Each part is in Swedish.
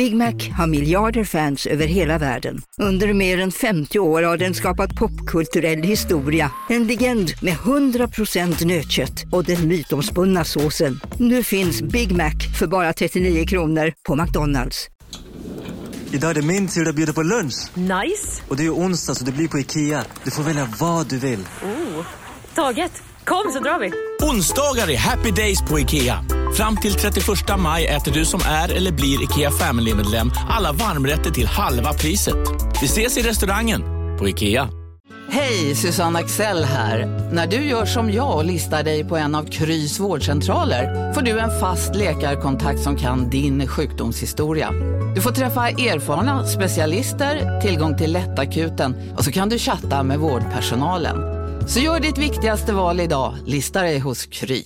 Big Mac har miljarder fans över hela världen. Under mer än 50 år har den skapat popkulturell historia. En legend med 100% nötkött och den mytomspunna såsen. Nu finns Big Mac för bara 39 kronor på McDonald's. Idag är det min tur att bjuda på lunch. Nice! Och det är ju onsdag så det blir på IKEA. Du får välja vad du vill. Taget! Kom så drar vi! Onsdagar är happy days på IKEA. Fram till 31 maj äter du som är eller blir IKEA Family-medlem alla varmrätter till halva priset. Vi ses i restaurangen på IKEA. Hej, Susanne Axel här. När du gör som jag och listar dig på en av Krys vårdcentraler får du en fast läkarkontakt som kan din sjukdomshistoria. Du får träffa erfarna specialister, tillgång till lättakuten och så kan du chatta med vårdpersonalen. Så gör ditt viktigaste val idag, lista dig hos Kry.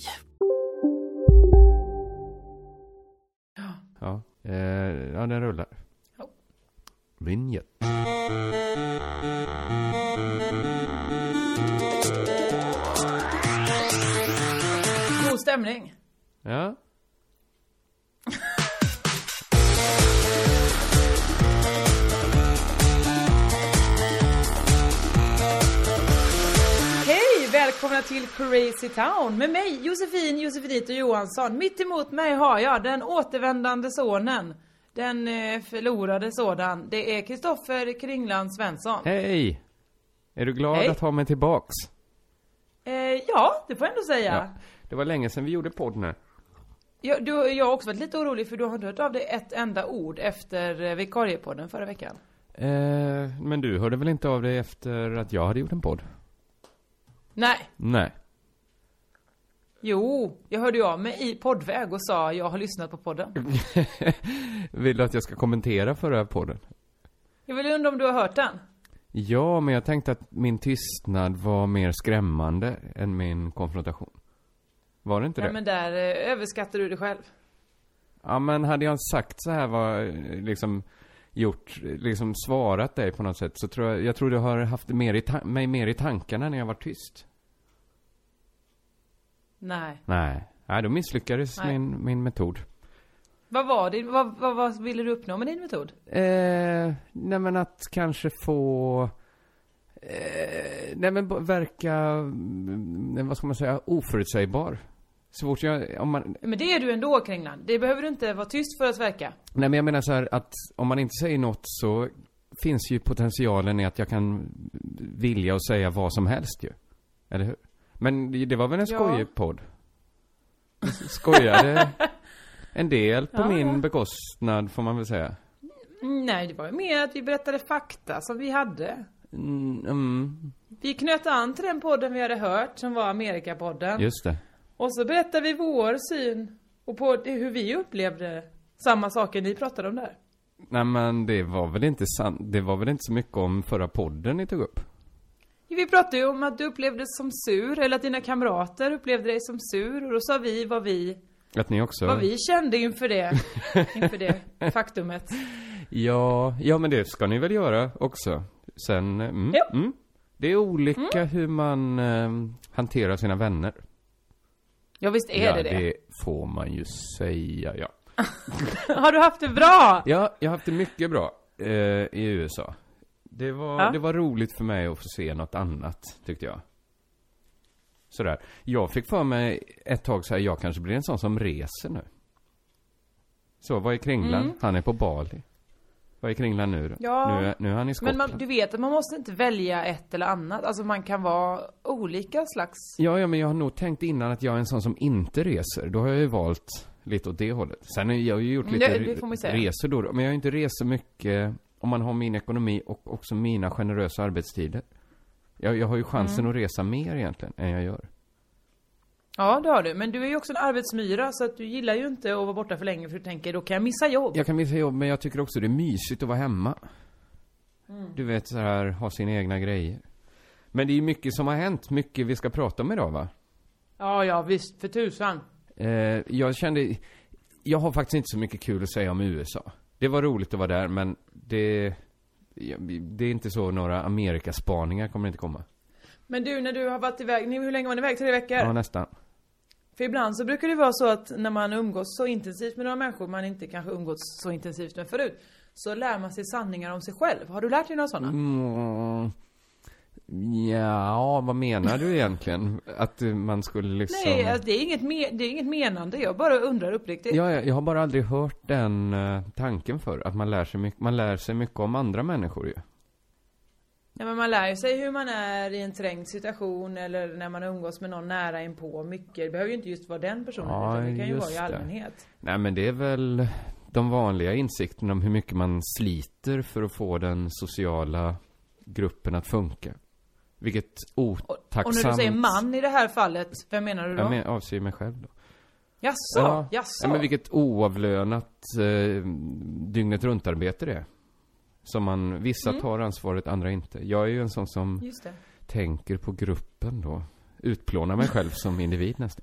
Ja, den rullar. Vinjet. God stämning. Ja. Välkomna till Crazy Town med mig Josefinito Johansson. Mitt emot mig har jag den återvändande sonen. Den förlorade sådan. Det är Kristoffer Kringland Svensson. Hej! Är du glad att ha mig tillbaks? Ja, det får jag ändå säga. Ja. Det var länge sedan vi gjorde podden här. Jag har också varit lite orolig för du har inte hört av dig ett enda ord efter vikariepodden förra veckan. Men du hörde väl inte av dig efter att jag hade gjort en podd? Nej. Jo, jag hörde av mig i poddväg och sa jag har lyssnat på podden. Vill du att jag ska kommentera förra podden? Jag vill undra om du har hört den. Ja, men jag tänkte att min tystnad var mer skrämmande än min konfrontation. Var det inte det? Ja, men där överskattar du dig själv. Ja, men hade jag sagt så här var liksom svarat dig på något sätt, så jag tror du har haft mig mer i tankarna när jag var tyst. Nej, då misslyckades min metod. Vad var det? Vad ville du uppnå med din metod? Nej, men att kanske få verka, vad ska man säga, oförutsägbar. Svårt Men det är du ändå, Kringland. Det behöver du inte vara tyst för att verka. Nej, men jag menar så här att om man inte säger något så finns ju potentialen i att jag kan vilja och säga vad som helst ju. Eller hur? Men det var väl en skojig podd. Skojade en del på min bekostnad, får man väl säga. Nej, det var ju mer att vi berättade fakta som vi hade. Vi knöt an till den podden vi hade hört, som var Amerikapodden. Just det. Och så berättade vi vår syn och på hur vi upplevde samma saker ni pratade om där. Nej, men det var väl inte sant. Det var väl inte så mycket om förra podden ni tog upp. Vi pratade ju om att du upplevde som sur, eller att dina kamrater upplevde dig som sur. Och då sa vi vad vi kände inför det faktumet. Ja, men det ska ni väl göra också. Sen, det är olika hur man hanterar sina vänner. Ja, visst är det. Ja, det får man ju säga, ja. Har du haft det bra? Ja, jag har haft det mycket bra i USA. Det var roligt för mig att få se något annat, tyckte jag. Sådär. Jag fick för mig ett tag så här, jag kanske blir en sån som reser nu. Så, vad är Kringland? Han är på Bali. Vad är Kringland nu då? Ja. Nu är han i Skottland. Men du vet att man måste inte välja ett eller annat. Alltså man kan vara olika slags. Ja, men jag har nog tänkt innan att jag är en sån som inte reser. Då har jag ju valt lite åt det hållet. Sen har jag ju gjort lite resor då. Men jag har inte rest så mycket om man har min ekonomi och också mina generösa arbetstider. Jag har ju chansen att resa mer egentligen än jag gör. Ja, det har du. Men du är ju också en arbetsmyra, så att du gillar ju inte att vara borta för länge, för du tänker, då kan jag missa jobb. Jag kan missa jobb, men jag tycker också det är mysigt att vara hemma. Du vet, så här, ha sina egna grejer. Men det är ju mycket som har hänt. Mycket vi ska prata om idag, va? Ja, visst, för tusan. Jag har faktiskt inte så mycket kul att säga om USA. Det var roligt att vara där, men det är inte så, några Amerikaspaningar kommer inte komma. Men du, när du har varit iväg, hur länge var ni iväg? 3 veckor? Ja, nästan. För ibland så brukar det vara så att när man umgås så intensivt med några människor man inte kanske umgås så intensivt med förut, så lär man sig sanningar om sig själv. Har du lärt dig några sådana? Ja, vad menar du egentligen? Att man skulle liksom... Nej, alltså, det är inget menande. Jag bara undrar uppriktigt. Ja, jag har bara aldrig hört den tanken för att man lär sig mycket om andra människor ju. Nej, men man lär ju sig hur man är i en trängd situation eller när man umgås med någon nära inpå mycket. Det behöver ju inte just vara den personen, utan det kan ju vara i allmänhet. Nej, men det är väl de vanliga insikterna om hur mycket man sliter för att få den sociala gruppen att funka. Vilket otacksamt... Och när du säger man i det här fallet, vem menar du då? Jag avser mig själv då. Jaså? Ja, men vilket oavlönat dygnet runt-arbete det är. Som vissa tar ansvaret, andra inte. Jag är ju en sån som tänker på gruppen då. Utplånar mig själv som individ nästan.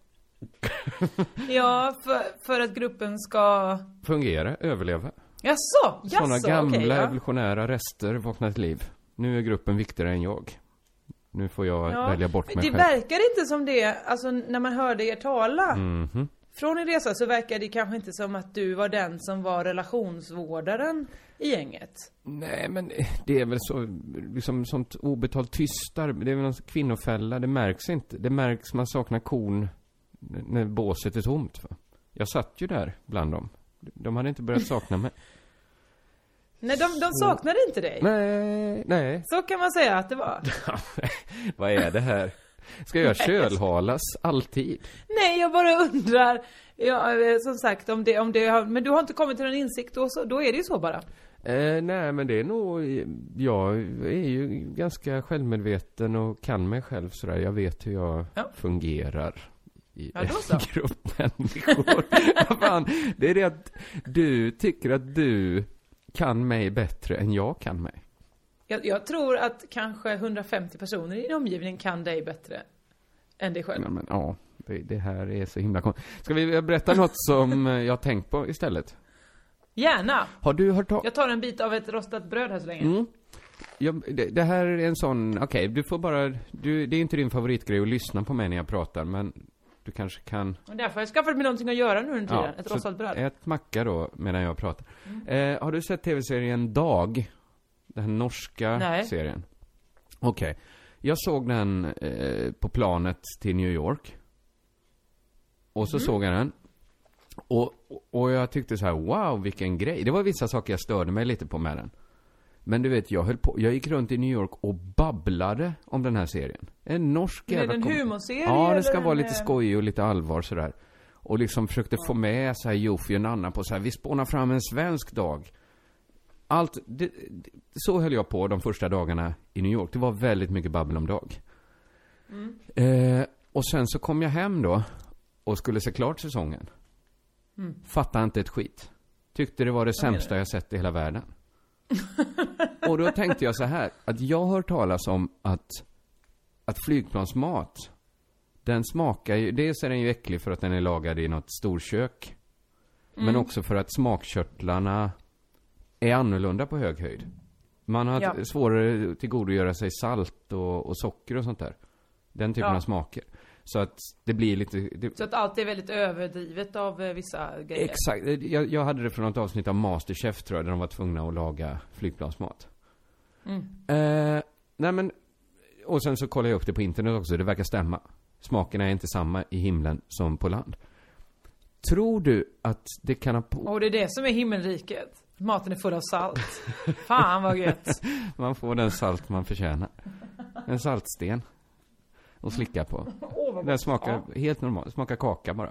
Ja, för att gruppen ska... fungera, överleva. Jaså? Sådana gamla evolutionära rester vaknar till liv. Nu är gruppen viktigare än jag. Nu får jag välja bort mig själv. Det verkar inte som det, alltså när man hörde er tala från en resa, så verkar det kanske inte som att du var den som var relationsvårdaren i gänget. Nej, men det är väl så liksom sånt obetalt tystar. Det är väl en kvinnofälla, det märks inte. Det märks man saknar kon när båset är tomt. Va? Jag satt ju där bland dem. De hade inte börjat sakna mig. Nej, de saknade inte dig. Nej. Så kan man säga att det var. Vad är det här? Ska jag kölhalas alltid? Nej, jag bara undrar. Ja, som sagt, om det men du har inte kommit till en insikt då är det ju så bara. Nej, men det är nog... Jag är ju ganska självmedveten och kan mig själv sådär. Jag vet hur jag fungerar i en grupp människor. Fan, det är det att du tycker att du kan mig bättre än jag kan mig. Jag tror att kanske 150 personer i din omgivning kan dig bättre än dig själv. Det här är så himla konstigt. Ska vi berätta något som jag har tänkt på istället? Gärna. Har du hört Jag tar en bit av ett rostat bröd här så länge. Det här är en sån... Okej, du får bara... det är inte din favoritgrej att lyssna på mig när jag pratar, men du kanske kan... Och därför har jag skaffat mig någonting att göra nu under tiden. Ett rostat bröd. Ät macka då medan jag pratar. Har du sett tv-serien Dag? Den här norska serien. Okej. Jag såg den på planet till New York. Och så såg jag den. Och jag tyckte så här, wow, vilken grej. Det var vissa saker jag störde mig lite på med den. Men du vet, jag gick runt i New York och babblade om den här serien. En norsk jävla... Är det en humorserie? Ja, det ska vara lite skoj och lite allvar sådär. Och liksom försökte få med så här Jofi och Nanna på så här, vi spånar fram en svensk dag. Så höll jag på de första dagarna i New York. Det var väldigt mycket babbel om Dag. Och sen så kom jag hem då och skulle se klart säsongen. Fattade inte ett skit. Tyckte det var det sämsta jag sett i hela världen. Och då tänkte jag så här, att jag har hört talas om att flygplansmat, den smakar ju, dels är den ju äcklig för att den är lagad i något storkök. Men också för att smakkörtlarna är annorlunda på hög höjd. Man har svårare att tillgodogöra sig salt och socker och sånt där. Den typen av smaker. Så att det blir lite... Så att allt är väldigt överdrivet av vissa grejer. Exakt. Jag hade det från något avsnitt av Masterchef, tror jag, där de var tvungna att laga flygplansmat. Nej men... Och sen så kollade jag upp det på internet också. Det verkar stämma. Smakerna är inte samma i himlen som på land. Tror du att det kan ha... Och det är det som är himmelriket. Maten är full av salt. Fan vad gött. Man får den salt man förtjänar. En saltsten. Och slicka på. Den smakar helt normalt. Smakar kaka bara.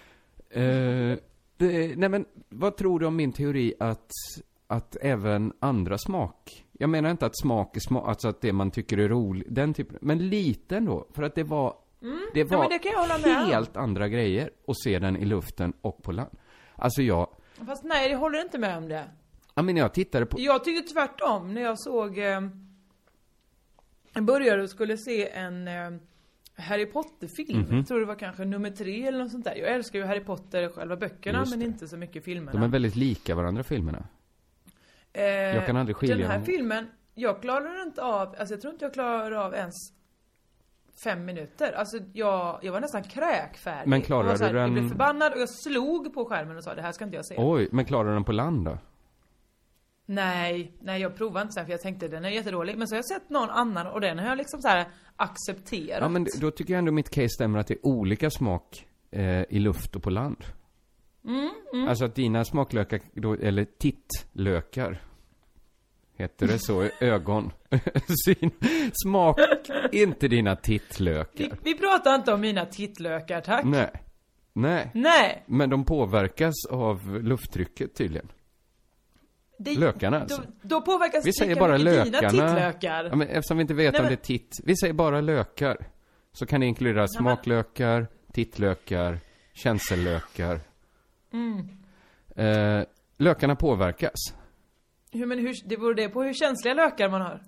Nej men, vad tror du om min teori att även andra smak... Jag menar inte att smak är smak, alltså att det man tycker är roligt, den typen, men lite ändå. För att det var helt andra grejer att se den i luften och på land. Alltså Fast nej, det håller inte med om det. Jag menar, jag tittade på... Jag tyckte tvärtom när jag såg... Jag började och skulle se en Harry Potter-film. Jag tror det var kanske nummer 3 eller något sånt där. Jag älskar ju Harry Potter, själva böckerna, men inte så mycket filmerna. De är väldigt lika varandra, filmerna. Jag kan aldrig skilja den här dem. filmen, jag klarar inte av... Alltså jag tror inte jag klarar av ens 5 minuter. Alltså jag var nästan kräkfärdig. Men klarade du den? Jag blev förbannad och jag slog på skärmen och sa det här ska inte jag se. Oj, men klarade du den på land då? Nej, jag provade inte så här, för jag tänkte den är jättedålig. Men så har jag sett någon annan och den har jag liksom så här accepterat. Ja, men då tycker jag ändå mitt case stämmer att det är olika smak i luft och på land. Alltså att dina smaklökar då, eller tittlökar heter det så, ögon smak, inte dina tittlökar. Vi pratar inte om mina tittlökar, tack. Nej. Men de påverkas av lufttrycket tydligen. Lökarna alltså. Då påverkas vi säger bara lökarna. Dina tittlökar. Ja, men eftersom vi inte vet om det är titt. Vi säger bara lökar. Så kan det inkludera smaklökar, tittlökar, känsellökar. Lökarna påverkas. Det beror det på hur känsliga lökar man har.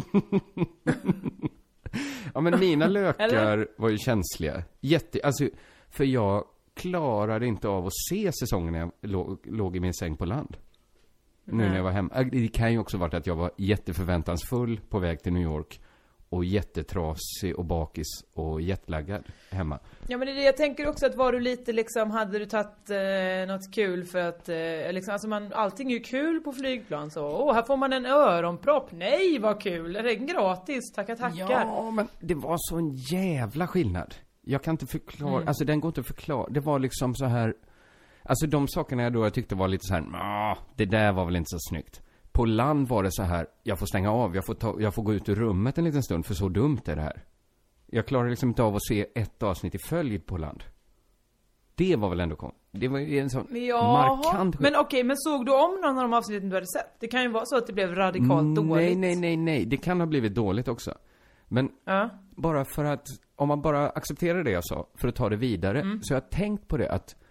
Ja, men mina lökar var ju känsliga. Alltså, för jag klarade inte av att se säsongen när jag låg i min säng på land. Nu när jag var hemma. Det kan ju också varit att jag var jätteförväntansfull på väg till New York. Och jättetrasig och bakis och jetlaggad hemma. Ja, men det är det jag tänker också, att var du lite liksom, hade du tagit något kul för att liksom, alltså allting är ju kul på flygplan så. Här får man en öronpropp. Nej, vad kul. Är det gratis? Tackar. Ja, men det var så en jävla skillnad. Jag kan inte förklara, alltså den går inte att förklara. Det var liksom så här, alltså de sakerna jag tyckte var lite så här, det där var väl inte så snyggt. På land var det så här, jag får stänga av, jag får gå ut ur rummet en liten stund, för så dumt är det här. Jag klarar liksom inte av att se ett avsnitt i följd på land. Det var väl ändå det var ju en sån markant. Men okej, men såg du om någon av de avsnitten du hade sett? Det kan ju vara så att det blev radikalt dåligt. Nej. Det kan ha blivit dåligt också. Men bara för att, om man bara accepterar det jag sa, för att ta det vidare, så jag har tänkt på det att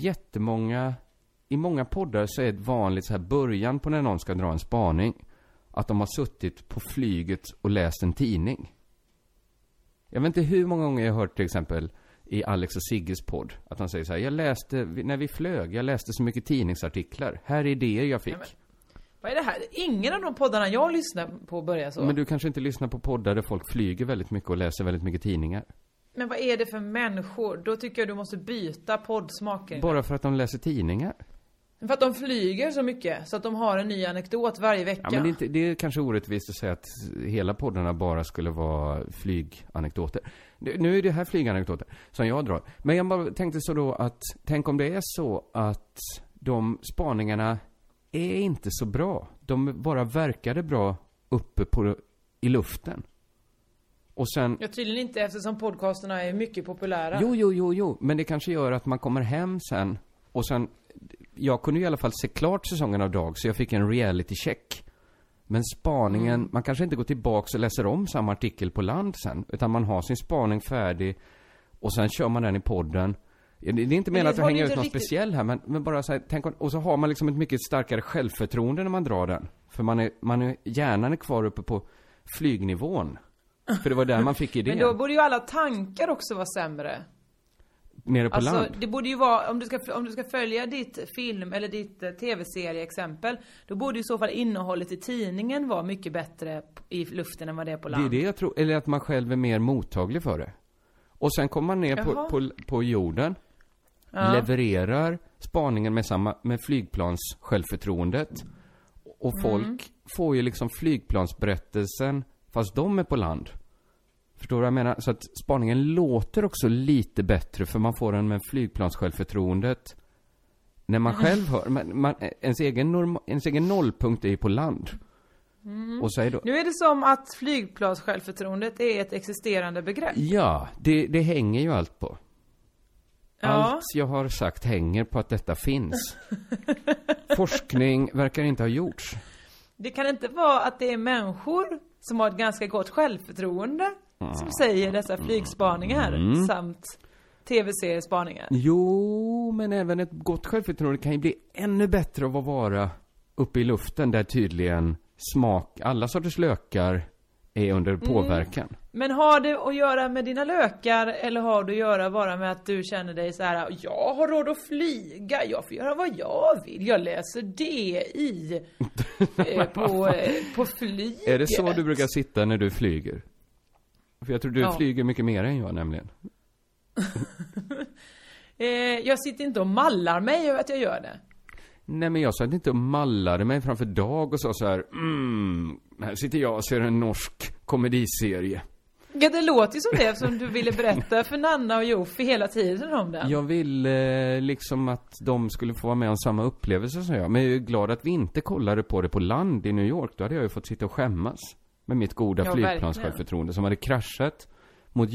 i många poddar så är ett vanligt så här början på när någon ska dra en spaning att de har suttit på flyget och läst en tidning. Jag vet inte hur många gånger jag har hört till exempel i Alex och Sigges podd att de säger så här, när vi flög, jag läste så mycket tidningsartiklar. Här är idéer jag fick. Vad är det här? Ingen av de poddarna jag lyssnar på börjar så. Men du kanske inte lyssnar på poddar där folk flyger väldigt mycket och läser väldigt mycket tidningar. Men vad är det för människor? Då tycker jag du måste byta poddsmaker. Bara för att de läser tidningar? För att de flyger så mycket så att de har en ny anekdot varje vecka. Ja, men det är kanske orättvist att säga att hela poddarna bara skulle vara flyganekdoter. Nu är det här flyganekdoter som jag drar. Men jag bara tänkte så då att, tänk om det är så att de spaningarna är inte så bra. De bara verkade bra uppe i luften. Och sen... Ja, tydligen inte, eftersom podcasterna är mycket populära. Jo. Men det kanske gör att man kommer hem sen. Och sen... Jag kunde i alla fall se klart säsongen av Dag, så jag fick en reality check. Men spaningen, man kanske inte går tillbaka och läser om samma artikel på land sen, utan man har sin spaning färdig och sen kör man den i podden. Det är inte menat att hänga ut något speciell här, men bara så här, tänk om, och så har man liksom ett mycket starkare självförtroende när man drar den. För hjärnan är kvar uppe på flygnivån. För det var där man fick idén. Men då borde ju alla tankar också vara sämre. Nere på land. Det borde ju vara, om du ska följa ditt film eller ditt tv-serie exempel, då borde i så fall innehållet i tidningen vara mycket bättre i luften än vad det är på land. Det är det jag tror, eller att man själv är mer mottaglig för det. Och sen kommer man ner på jorden, levererar spaningen med flygplans självförtroendet, och folk får ju liksom flygplansberättelsen fast de är på land. Förstår du vad jag menar? Så att spaningen låter också lite bättre, för man får den med flygplanssjälvförtroendet när man själv hör. Ens egen nollpunkt är ju på land. Och så då, nu är det som att flygplanssjälvförtroendet är ett existerande begrepp. Ja, det hänger ju allt på. Allt jag har sagt hänger på att detta finns. Forskning verkar inte ha gjorts. Det kan inte vara att det är människor som har ett ganska gott självförtroende som säger dessa flygspaningar samt tv-seriespaningar. Jo, men även ett gott självförtroende kan ju bli ännu bättre av att vara uppe i luften, där tydligen alla sorters lökar är under påverkan. Men har det att göra med dina lökar, eller har det att göra bara med att du känner dig så här: jag har råd att flyga, jag får göra vad jag vill, jag läser det på flyget. Är det så du brukar sitta när du flyger? För jag tror du flyger mycket mer än jag nämligen. Jag sitter inte och mallar mig över att jag gör det. Nej, men jag satt inte och mallade mig framför Dag och sa så här: här sitter jag och ser en norsk komediserie. Ja, det låter ju som det som du ville berätta för Nanna och Jofi hela tiden om den. Jag ville liksom att de skulle få vara med om samma upplevelse som jag. Men jag är glad att vi inte kollade på det på land i New York. Då hade jag ju fått sitta och skämmas med mitt goda flygplanssjälvförtroende som hade kraschat mot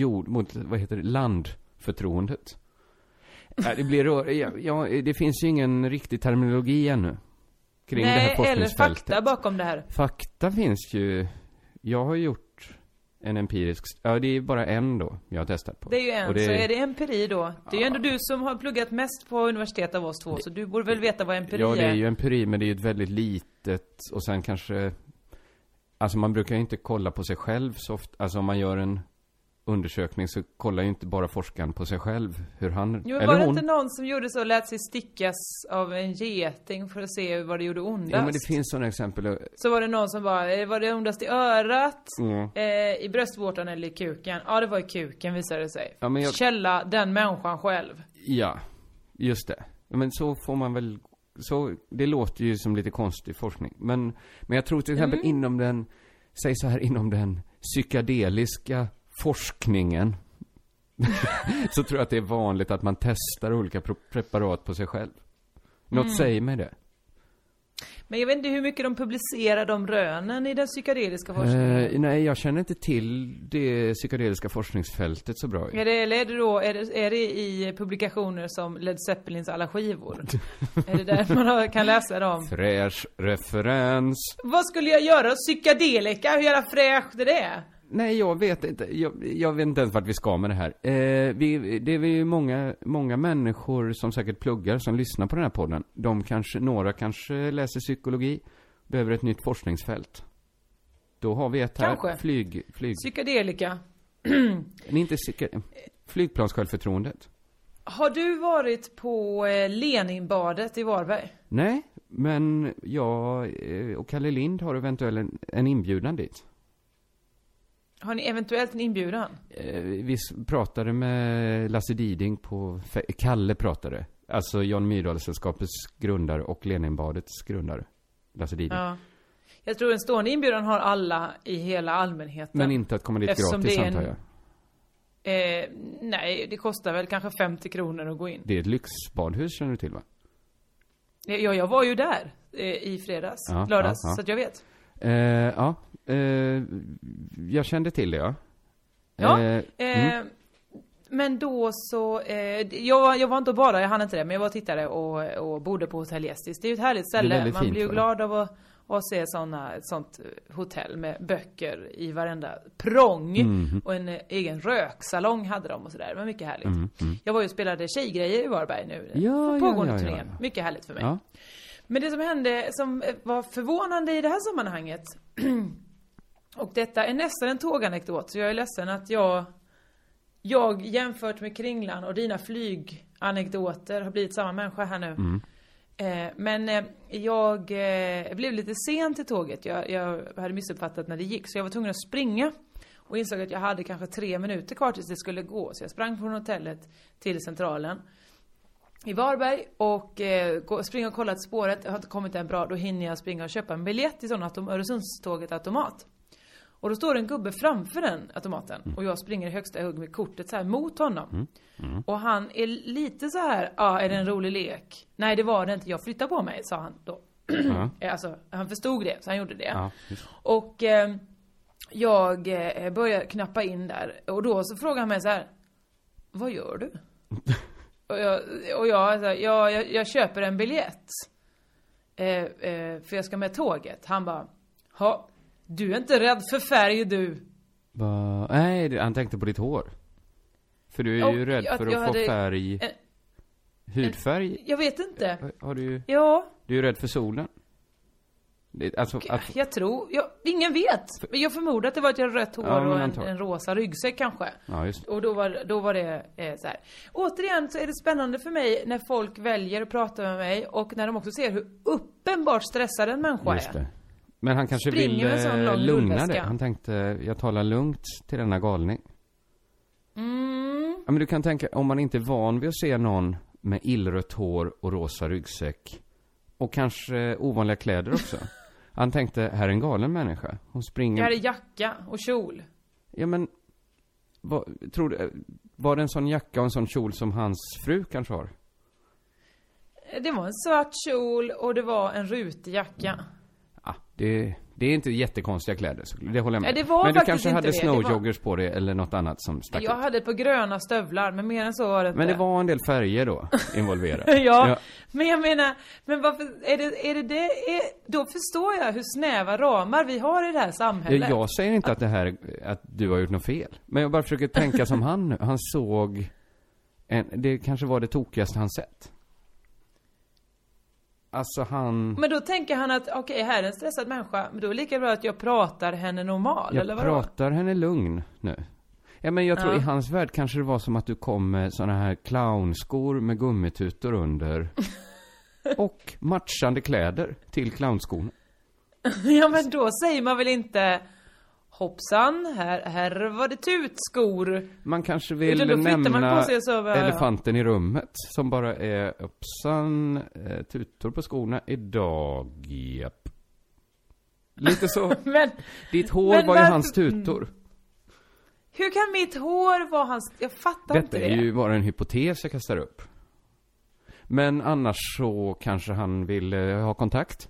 landförtroendet. Det blir det finns ju ingen riktig terminologi ännu kring det här forskningsfältet. Eller fakta bakom det här. Fakta finns ju. Jag har gjort en empirisk... Ja, det är bara en då jag har testat på. Det är ju en, så är det empiri då. Det är ju ändå du som har pluggat mest på universitet av oss två, så du borde väl veta vad empiri är. Ja, det är ju empiri, men det är ju ett väldigt litet... Och sen kanske... Alltså man brukar ju inte kolla på sig själv så ofta. Alltså om man gör en undersökning så kollar ju inte bara forskaren på sig själv hur han... Jo, eller var det inte någon som gjorde så, lät sig stickas av en geting för att se vad det gjorde ondast? Ja, men det finns sådana exempel. Så var det någon som bara, var det ondast i örat, i bröstvårtan eller i kuken? Ja, det var i kuken visade det sig. Ja, men källa den människan själv. Ja, just det. Men så får man väl... Så det låter ju som lite konstig forskning. Men jag tror till exempel inom den psykedeliska forskningen så tror jag att det är vanligt att man testar olika preparat på sig själv. Något säger mig det. Men jag vet inte hur mycket de publicerar de rönen i den psykedeliska forskningen. Nej, jag känner inte till det psykedeliska forskningsfältet så bra. Är det i publikationer som Led Zeppelins alla skivor? Är det där man kan läsa dem? Fräsch referens. Vad skulle jag göra? Psykedelika? Hur jävla fräscht är det? Nej, jag vet inte. Jag vet inte ens vart vi ska med det här. Det är ju många människor som säkert pluggar som lyssnar på den här podden. Några kanske läser psykologi, behöver ett nytt forskningsfält. Då har vi ett här. Kanske. Flyg. Psykedelika. Inte flygplanssjälvförtroendet. Har du varit på Leninbadet i Varberg? Nej, men jag och Kalle Lind har eventuellt en inbjudan dit. Har ni eventuellt en inbjudan? Vi pratade med Lasse Diding Kalle pratade. Alltså Jan Myrdalsällskapets grundare och Leninbadets grundare. Lasse Diding. Ja. Jag tror en stående inbjudan har alla i hela allmänheten. Men inte att komma dit gratis, antar jag. Nej, det kostar väl kanske 50 kronor att gå in. Det är ett lyxbadhus, känner du till, va? Ja, jag var ju där i lördags, så att jag vet. Jag kände till det, ja. Men då så... jag var inte bara, jag hann inte det, men jag var och tittade och bodde på Hotell Gästis. Det är ju ett härligt ställe. Man blir ju glad av att se ett sånt hotell med böcker i varenda prång. Och en egen röksalong hade de och sådär. Det var mycket härligt. Jag var ju och spelade tjejgrejer i Varberg nu. Pågående turnén. Mycket härligt för mig. Ja. Men det som hände, som var förvånande i det här sammanhanget, och detta är nästan en tåganekdot, så jag är ledsen att jag jämfört med Kringlan och dina flyganekdoter har blivit samma människa här nu. Men jag blev lite sen till tåget. Jag hade missuppfattat när det gick, så jag var tvungen att springa och insåg att jag hade kanske 3 minuter kvar tills det skulle gå. Så jag sprang från hotellet till centralen i Varberg och springer och kollar till spåret. Jag har inte kommit än bra. Då hinner jag springa och köpa en biljett i sån Öresundståget automat. Och då står en gubbe framför den automaten. Och jag springer i högsta hugg med kortet så här mot honom. Och han är lite så här: är det en rolig lek? Nej, det var det inte. Jag flyttar på mig, sa han då. Alltså, han förstod det, så han gjorde det. Och jag började knappa in där. Och då så frågar han mig så här: vad gör du? Och jag köper en biljett för jag ska med tåget. Han bara: du är inte rädd för färg, du? Nej, han tänkte på ditt hår. För du är ju rädd för att få färg. Hudfärg? Jag vet inte. Har du? Ja. Du är rädd för solen? Jag tror, ingen vet. Jag förmodar att det var ett rött hår och en rosa ryggsäck kanske. Ja, just det. Och då var det så här. Återigen så är det spännande för mig när folk väljer att prata med mig och när de också ser hur uppenbart stressad en människa just det. är. Men han kanske Springer med en sån lång vill lugna rullväska. det. Han tänkte, jag talar lugnt till denna galning. Ja, men du kan tänka, om man inte är van vid att se någon med illrött hår och rosa ryggsäck och kanske ovanliga kläder också. Han tänkte, här är en galen människa. Hon springer... Jag hade jacka och kjol. Ja, men var det en sån jacka och en sån kjol som hans fru kanske har? Det var en svart kjol och det var en rutig jacka. Ja, det är inte jättekonstiga kläder, så det håller jag med. Nej, det var men du faktiskt kanske inte hade det. snowjoggers på det eller något annat som stack Jag ut. hade ett par gröna stövlar, men mer än så var det inte. Men det var en del färger då involverade. ja, men jag menar, men varför är det då förstår jag hur snäva ramar vi har i det här samhället. Jag säger inte att du har gjort något fel. Men jag bara försöker tänka som han nu. Han såg det kanske var det tokigaste han sett. Alltså Men då tänker han att okej, här är en stressad människa, men då är det lika bra att jag pratar henne normal, eller vad? Jag pratar henne lugn nu. Ja, men jag tror i hans värld kanske det var som att du kom med såna här clownskor med gummitutor under. Och matchande kläder till clownskorna. Ja, men då säger man väl inte hoppsan, här var det tutskor. Man kanske vill nämna man på sig så, elefanten i rummet som bara är uppsan, tutor på skorna idag. Japp. Lite så. men, ditt hår var ju hans tutor. Hur kan mitt hår vara hans? Jag fattar inte det. Detta är ju bara en hypotes jag kastar upp. Men annars så kanske han vill ha kontakt.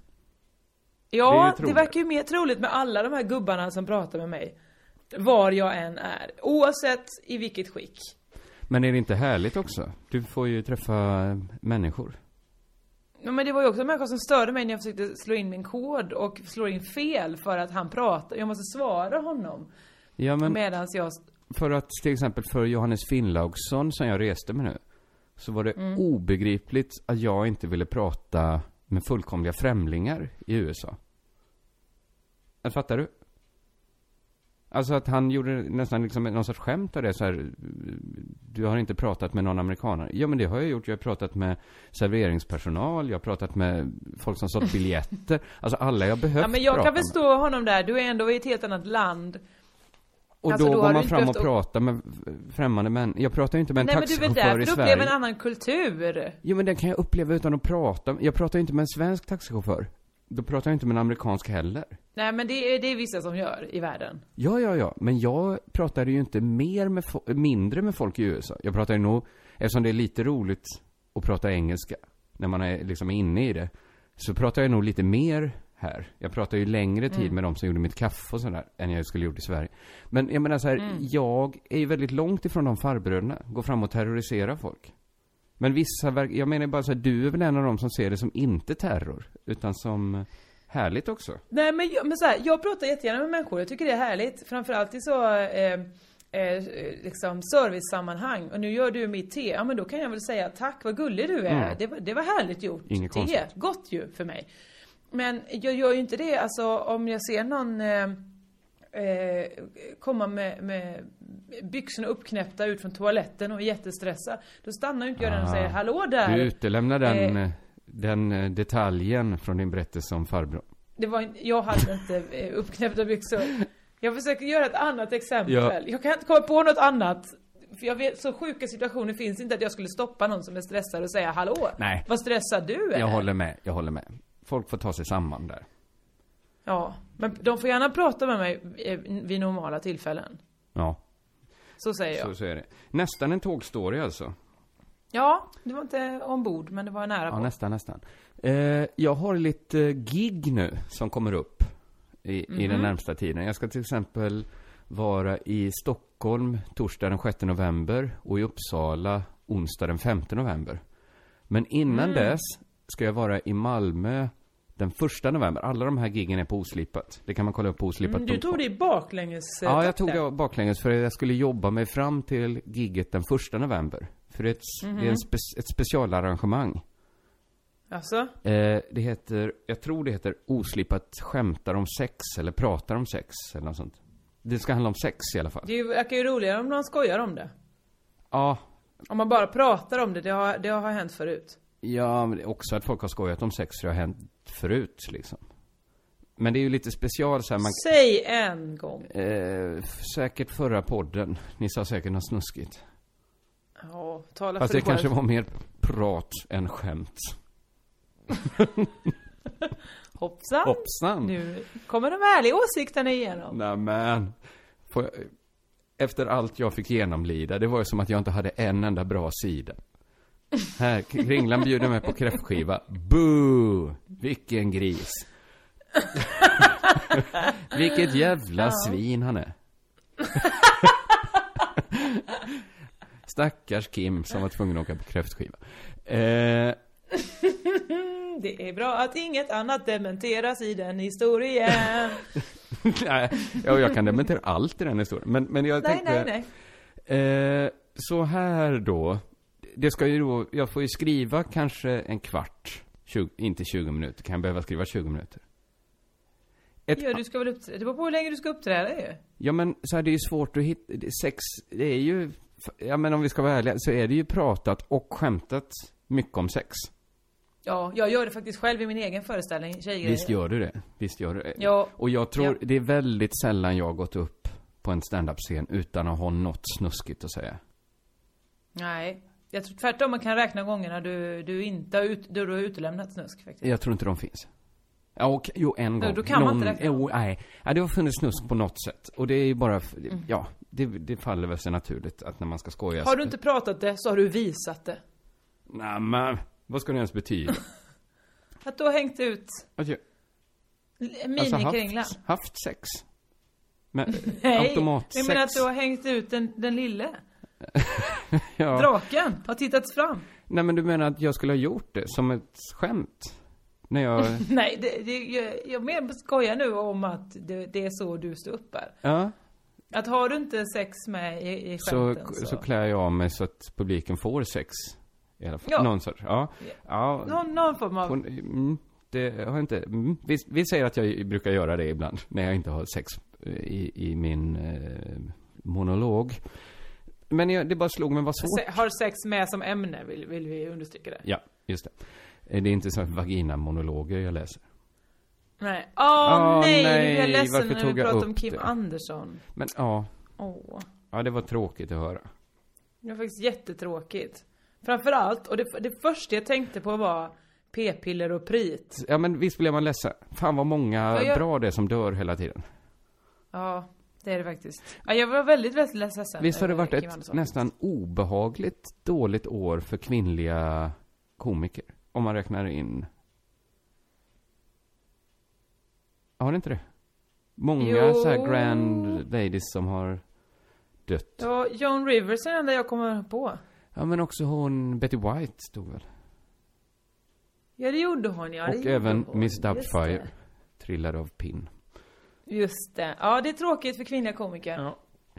Ja, det verkar ju mer troligt med alla de här gubbarna som pratar med mig. Var jag än är. Oavsett i vilket skick. Men är det inte härligt också? Du får ju träffa människor. Ja, men det var ju också människor som störde mig när jag försökte slå in min kod och slå in fel för att han pratar. Jag måste svara honom. Ja, men medans jag... för att till exempel för Johannes Finnlaugsson som jag reste med nu, så var det obegripligt att jag inte ville prata med fullkomliga främlingar i USA. Fattar du? Alltså att han gjorde nästan liksom någon sorts skämt av det så här, du har inte pratat med någon amerikaner. Ja, men det har jag gjort. Jag har pratat med serveringspersonal, jag har pratat med folk som sålt biljetter. Alltså alla jag behövt. Ja, men jag kan förstå honom där. Du är ändå i ett helt annat land. Och alltså, då går man fram och pratar med främmande män. Jag pratar ju inte med en taxichaufför i Sverige. Nej, men du är där för att uppleva en annan kultur. Jo, men den kan jag uppleva utan att prata. Jag pratar ju inte med en svensk taxichaufför. Då pratar jag inte med en amerikansk heller. Nej, men det är vissa som gör i världen. Ja. Men jag pratade ju inte mindre med folk i USA. Jag pratar ju nog, eftersom det är lite roligt att prata engelska när man är liksom inne i det, så pratar jag nog lite mer här. Jag pratar ju längre tid med dem som gjorde mitt kaffe och sådär än jag skulle gjort i Sverige. Men jag menar så här, jag är ju väldigt långt ifrån de farbröderna. Går fram och terrorisera folk. Men vissa, jag menar bara så här, du är väl en av dem som ser det som inte terror, utan som härligt också. Nej, men så här, jag pratar jättegärna med människor. Jag tycker det är härligt. Framförallt i så liksom servicesammanhang. Och nu gör du mitt te. Ja, men då kan jag väl säga tack, vad gullig du är. Det var härligt gjort. Inget te, konstigt. gott ju för mig. Men jag gör ju inte det. Alltså om jag ser någon komma med byxorna uppknäppta ut från toaletten och är jättestressad, då stannar ju inte jag den och säger hallå där. Du utelämnar den detaljen från din berättelse om farbror. Jag hade inte uppknäppta byxor. Jag försöker göra ett annat exempel. Ja. Jag kan inte komma på något annat. För jag vet, så sjuka situationer finns inte att jag skulle stoppa någon som är stressad och säga hallå. Nej. Vad stressad du är. Jag håller med. Folk får ta sig samman där. Ja, men de får gärna prata med mig vid normala tillfällen. Ja. Så säger jag. Så är det. Nästan en tågstory alltså. Ja, det var inte ombord, men det var nära på. Ja, nästan. Jag har lite gig nu som kommer upp i den närmsta tiden. Jag ska till exempel vara i Stockholm torsdag den 6 november och i Uppsala onsdag den 5 november. Men innan dess ska jag vara i Malmö den 1 november. Alla de här giggen är på Oslipat. Det kan man kolla upp på Oslipat. Du tog det i baklänges. Ja, jag tog det baklänges för att jag skulle jobba mig fram till gigget den 1 november. För det är ett specialarrangemang. Alltså? Det heter, jag tror det heter Oslipat skämtar om sex eller pratar om sex eller något sånt. Det ska handla om sex i alla fall. Det verkar ju roligare om någon skojar om det. Ja. Om man bara pratar om det, det har hänt förut. Ja, men också att folk har skojat om sex, det har hänt förut liksom. Men det är ju lite special så här, Säg en gång. säkert förra podden. Ni sa säkert något snuskigt. Ja, tala fast för det kanske var mer prat än skämt. Hoppsan. Nu kommer de ärliga åsikterna igenom. Nämen. Efter allt jag fick genomlida, det var ju som att jag inte hade en enda bra sida. Här, Kringlan bjuder mig på kräftskiva. Boo! Vilken gris. Vilket jävla svin han är. Stackars Kim som var tvungen att åka på kräftskiva. Det är bra att inget annat dementeras i den historien. Nej, jag kan dementera allt i den historien. Men jag tänkte... Nej. Så här då. Det ska ju då... Jag får ju skriva kanske en kvart. Inte 20 minuter. Kan jag behöva skriva 20 minuter? Du ska väl uppträda. Det beror på hur länge du ska uppträda ju. Ja, men så här, det är ju svårt att hitta... Sex, det är ju... Ja, men om vi ska vara ärliga så är det ju pratat och skämtat mycket om sex. Ja, jag gör det faktiskt själv i min egen föreställning, Tjejgrejer. Visst gör du det. Ja. Och jag tror det är väldigt sällan jag har gått upp på en stand-up-scen utan att ha något snuskigt att säga. Nej, jag tror tvärtom man kan räkna gångerna du inte har du har utelämnat snusk faktiskt. Jag tror inte de finns. Ja, jo, en gång. Då kan man inte räkna. Nej, det har funnits snusk på något sätt. Och det är ju bara, ja, det faller väl sig naturligt att när man ska skoja. Har du inte pratat det så har du visat det. Nej, men vad ska det ens betyda? Att du har hängt ut minikringlan. Alltså haft sex. Men nej, automatsex. jag menar att du har hängt ut den lille. Ja. Draken har tittat fram. Nej, men du menar att jag skulle ha gjort det som ett skämt? När jag... Nej, jag mer skojar nu om att det är så du står upp här. Ja. Att har du inte sex med i skämten så klär jag av mig så att publiken får sex. I alla fall. Ja. Någon sorts, ja. Någon form av... det har inte... Vi säger att jag brukar göra det ibland. När jag inte har sex i min monolog. Men det bara slog mig vad svårt. Har sex med som ämne, vill vi understryka det. Ja, just det. Det är inte så vagina-monologer jag läser. Nej. Nej, jag är ledsen när du pratar om Kim Andersson. Men ja, det var tråkigt att höra. Det var faktiskt jättetråkigt. Framförallt, och det första jag tänkte på var p-piller och prit. Ja, men visst blir man ledsen. Fan vad många bra det som dör hela tiden. Ja, det är det faktiskt. Ja, jag var väldigt, väldigt ledsen. Visst har det varit ett nästan obehagligt dåligt år för kvinnliga komiker? Om man räknar in... Har det inte det? Många så här grand ladies som har dött. Ja, Joan Rivers är den där jag kommer på. Ja, men också hon, Betty White stod väl? Ja, det gjorde hon, ja. Och även Miss Doubtfire trillade av pinn. Just det. Ja, det är tråkigt för kvinnliga komiker. Ja.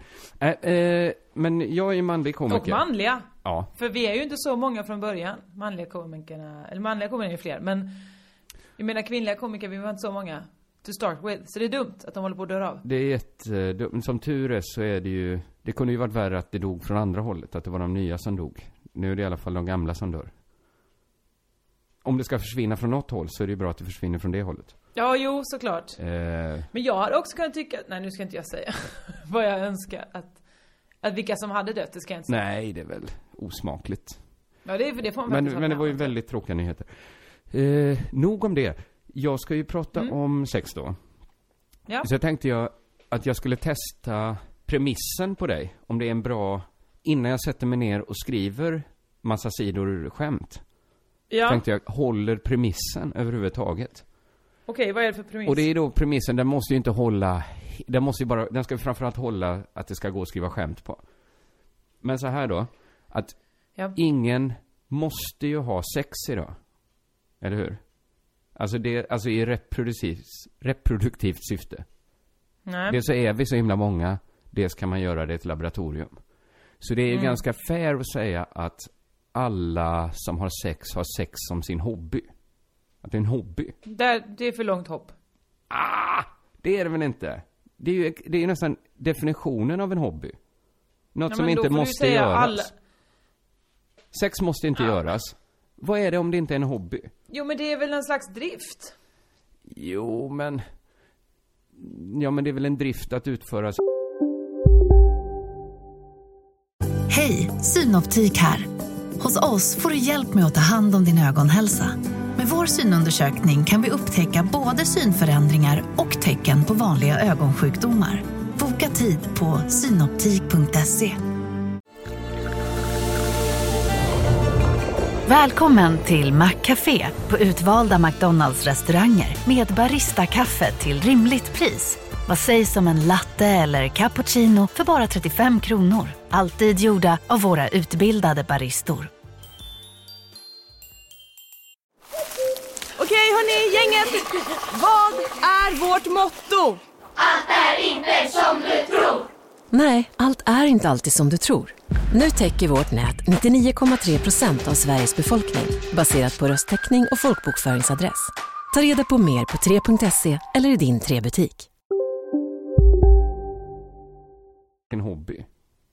Men jag är ju manlig komiker. Och manliga. Ja. För vi är ju inte så många från början. Manliga komikerna är ju fler. Men jag menar kvinnliga komiker, vi var inte så många to start with. Så det är dumt att de håller på att dö av. Det är jättedumt. Som tur är så är det ju... Det kunde ju varit värre att det dog från andra hållet. Att det var de nya som dog. Nu är det i alla fall de gamla som dör. Om det ska försvinna från något håll så är det ju bra att det försvinner från det hållet. Ja, jo, såklart. Men jag hade också kunnat tycka... Nej, nu ska inte jag säga vad jag önskar. Att vilka som hade dött, det ska jag inte säga. Nej, det är väl osmakligt. Ja, det får man men det var ju väldigt tråkiga nyheter. Nog om det. Jag ska ju prata om sex då. Ja. Så jag tänkte att jag skulle testa premissen på dig. Om det är en bra... Innan jag sätter mig ner och skriver massa sidor skämt. Ja. Tänkte jag, håller premissen överhuvudtaget. Okej, vad är det för premiss? Och det är då premissen, den måste ju inte hålla... Den ska framförallt hålla att det ska gå att skriva skämt på. Men så här då. Att ingen måste ju ha sex idag. Eller hur? Alltså i reproduktivt syfte. Nej. Dels så är vi så himla många. Dels kan man göra det i ett laboratorium. Så det är ganska fair att säga att alla som har sex som sin hobby. Att det är en hobby. Det är för långt hopp. Det är det väl inte. Det är ju nästan definitionen av en hobby. Något som inte måste göras. Sex måste inte göras. Vad är det om det inte är en hobby? Jo, men det är väl en slags drift. Jo, men Ja, men det är väl en drift att utföra. Hej, Synoptik här. Hos oss får du hjälp med att ta hand om din ögonhälsa. Med vår synundersökning kan vi upptäcka både synförändringar och tecken på vanliga ögonsjukdomar. Boka tid på synoptik.se. Välkommen till McCafé på utvalda McDonalds-restauranger med Barista-kaffe till rimligt pris. Vad sägs om en latte eller cappuccino för bara 35 kronor? Alltid gjorda av våra utbildade baristor. Okej hörni, gänget! Vad är vårt motto? Allt är inte som du tror. Nej, allt är inte alltid som du tror. Nu täcker vårt nät 99,3% av Sveriges befolkning baserat på röstteckning och folkbokföringsadress. Ta reda på mer på 3.se eller i din 3-butik. En hobby.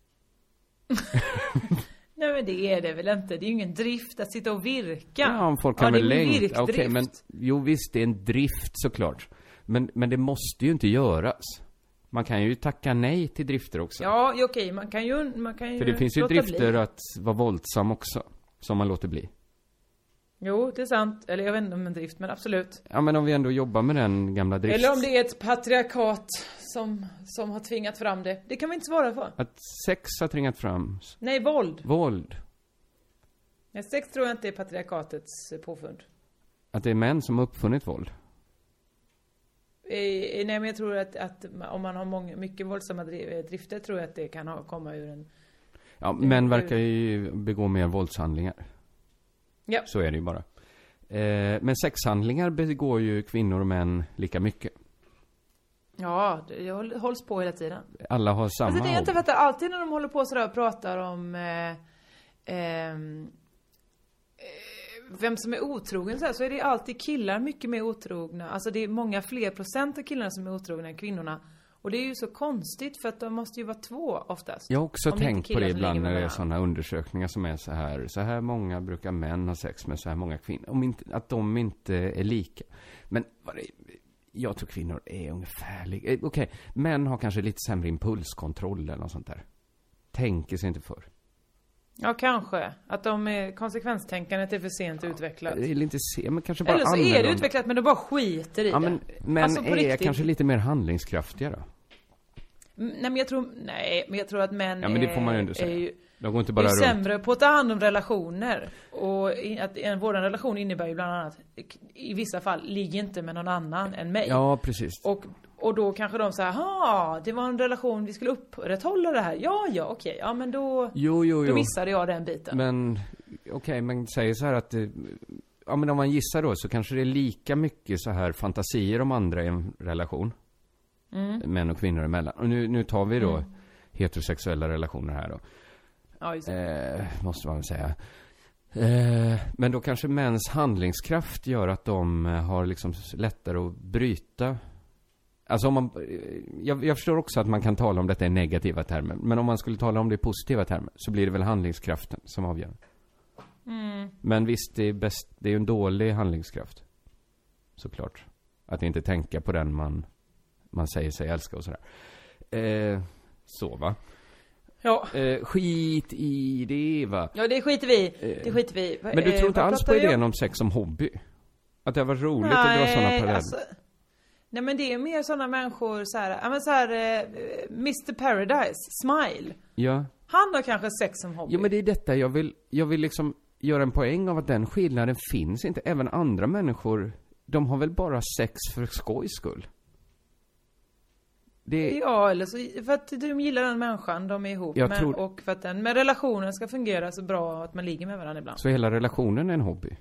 Nej men det är det väl inte. Det är ju ingen drift att sitta och virka. Ja, folk kan väl längta. Okej, men jo visst, det är en drift såklart. Men det måste ju inte göras. Man kan ju tacka nej till drifter också. Ja, okej, man kan ju för det finns ju drifter att vara våldsam också, som man låter bli. Jo, det är sant. Eller jag vet inte om en drift, men absolut. Ja, men om vi ändå jobbar med den gamla driften. Eller om det är ett patriarkat som har tvingat fram det. Det kan vi inte svara på. Att sex har tvingat fram. Nej, våld. Våld. Nej, sex tror jag inte är patriarkatets påfund. Att det är män som har uppfunnit våld. Nej, men jag tror att om man har mycket våldsamma drifter tror jag att det kan komma ur en... Ja, män verkar ju begå mer våldshandlingar. Ja. Så är det ju bara. Men sexhandlingar begår ju kvinnor och män lika mycket. Ja, det hålls på hela tiden. Alla har samma alltså, det är inte för att alltid när de håller på sådär och pratar om vem som är otrogen så är det alltid killar mycket mer otrogna. Alltså det är många fler procent av killarna som är otrogna än kvinnorna. Och det är ju så konstigt för att de måste ju vara två oftast. Jag har också tänkt på det ibland när det är sådana undersökningar som är så här många brukar män ha sex med så här många kvinnor. Att de inte är lika. Men jag tror kvinnor är ungefärliga. Okej, män har kanske lite sämre impulskontroll eller något sånt där. Tänker sig inte för. Ja, kanske. Att konsekvenstänkandet är för sent utvecklat. Eller inte men kanske bara eller så är det utvecklat men de bara skiter i det. Men alltså, är kanske lite mer handlingskraftiga då? Nej, men jag tror att män men det får man ju ändå säga. De går inte bara runt. Sämre på att ta hand om relationer. Och att vår relation innebär ju bland annat i vissa fall ligger inte med någon annan än mig. Ja, precis. Och då kanske de säger, det var en relation vi skulle upprätthålla det här. Ja, okej. Ja, men då då missade jag den biten. Men men säg så här att men om man gissar då så kanske det är lika mycket så här fantasier om andra i en relation. Män och kvinnor emellan. Och nu tar vi då heterosexuella relationer här då. Ja, just måste man säga. Men då kanske mäns handlingskraft gör att de har liksom lättare att bryta. Alltså om jag förstår också att man kan tala om detta i negativa termer. Men om man skulle tala om det i positiva termer så blir det väl handlingskraften som avgör. Men visst, det är ju en dålig handlingskraft. Såklart. Att inte tänka på den man säger sig älska och sådär. Så va? Ja. Skit i det va? Ja, det skiter vi. Men du tror inte alls på idén om sex som hobby? Att det har varit roligt att dra sådana paralleller? Alltså, nej, men det är mer sådana människor Mr. Paradise, Smile. Ja. Han har kanske sex som hobby. Jo, men det är detta jag vill liksom göra en poäng av att den skillnaden finns inte. Även andra människor, de har väl bara sex för skojs skull. Ja, eller så för att de gillar den människan de är ihop med och för att med relationen ska fungera så bra att man ligger med varandra ibland. Så hela relationen är en hobby?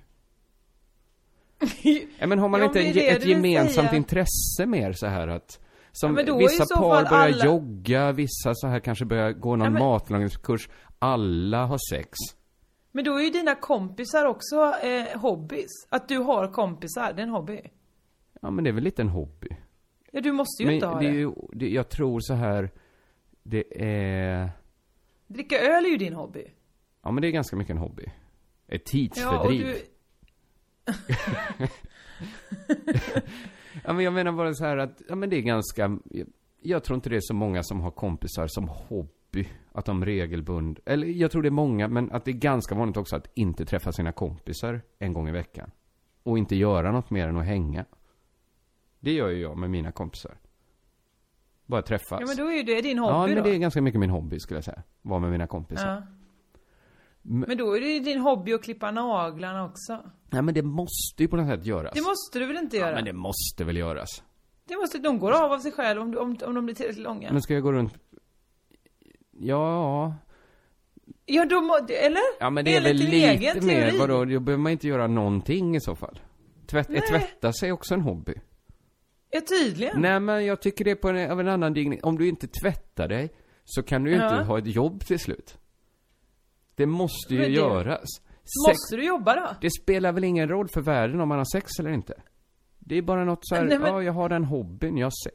Men har man inte ett gemensamt intresse mer så här att som vissa par börjar jogga, vissa så här kanske börjar gå någon matlagningskurs, alla har sex. Men då är ju dina kompisar också hobbys. Att du har kompisar, det är en hobby. Ja, men det är väl lite en hobby. Ja, du måste ju inte ha det. Jag tror så här, det är... Dricka öl är ju din hobby. Ja, men det är ganska mycket en hobby. Ett tidsfördriv. Ja, men jag menar bara så här att ja, men det är ganska... Jag tror inte det är så många som har kompisar som hobby. Att de regelbund... Eller jag tror det är många, men att det är ganska vanligt också att inte träffa sina kompisar en gång i veckan. Och inte göra något mer än att hänga. Det gör ju jag med mina kompisar. Bara träffas. Ja, men då är ju det din hobby. Ja, men då. det är ganska mycket min hobby skulle jag säga. Vara med mina kompisar. Ja. Men då är det ju din hobby att klippa naglarna också. Nej, men det måste ju på något sätt göras. Det måste du väl inte göra? Ja, men det måste väl göras. Det måste, de går av sig själv om de blir tillräckligt långa. Men ska jag gå runt... Ja... Ja, då må... Eller? Ja, men det är väl lite mer... Vadå? Då behöver man inte göra någonting i så fall. Tvätta sig också en hobby. Ja, tydligen. Nej, men jag tycker det är på av en annan digning. Om du inte tvättar dig så kan du ju inte ha ett jobb till slut. Det måste ju göras. Måste du jobba då? Det spelar väl ingen roll för världen om man har sex eller inte. Det är bara något så här, ja, jag har den hobbyn, jag har sex.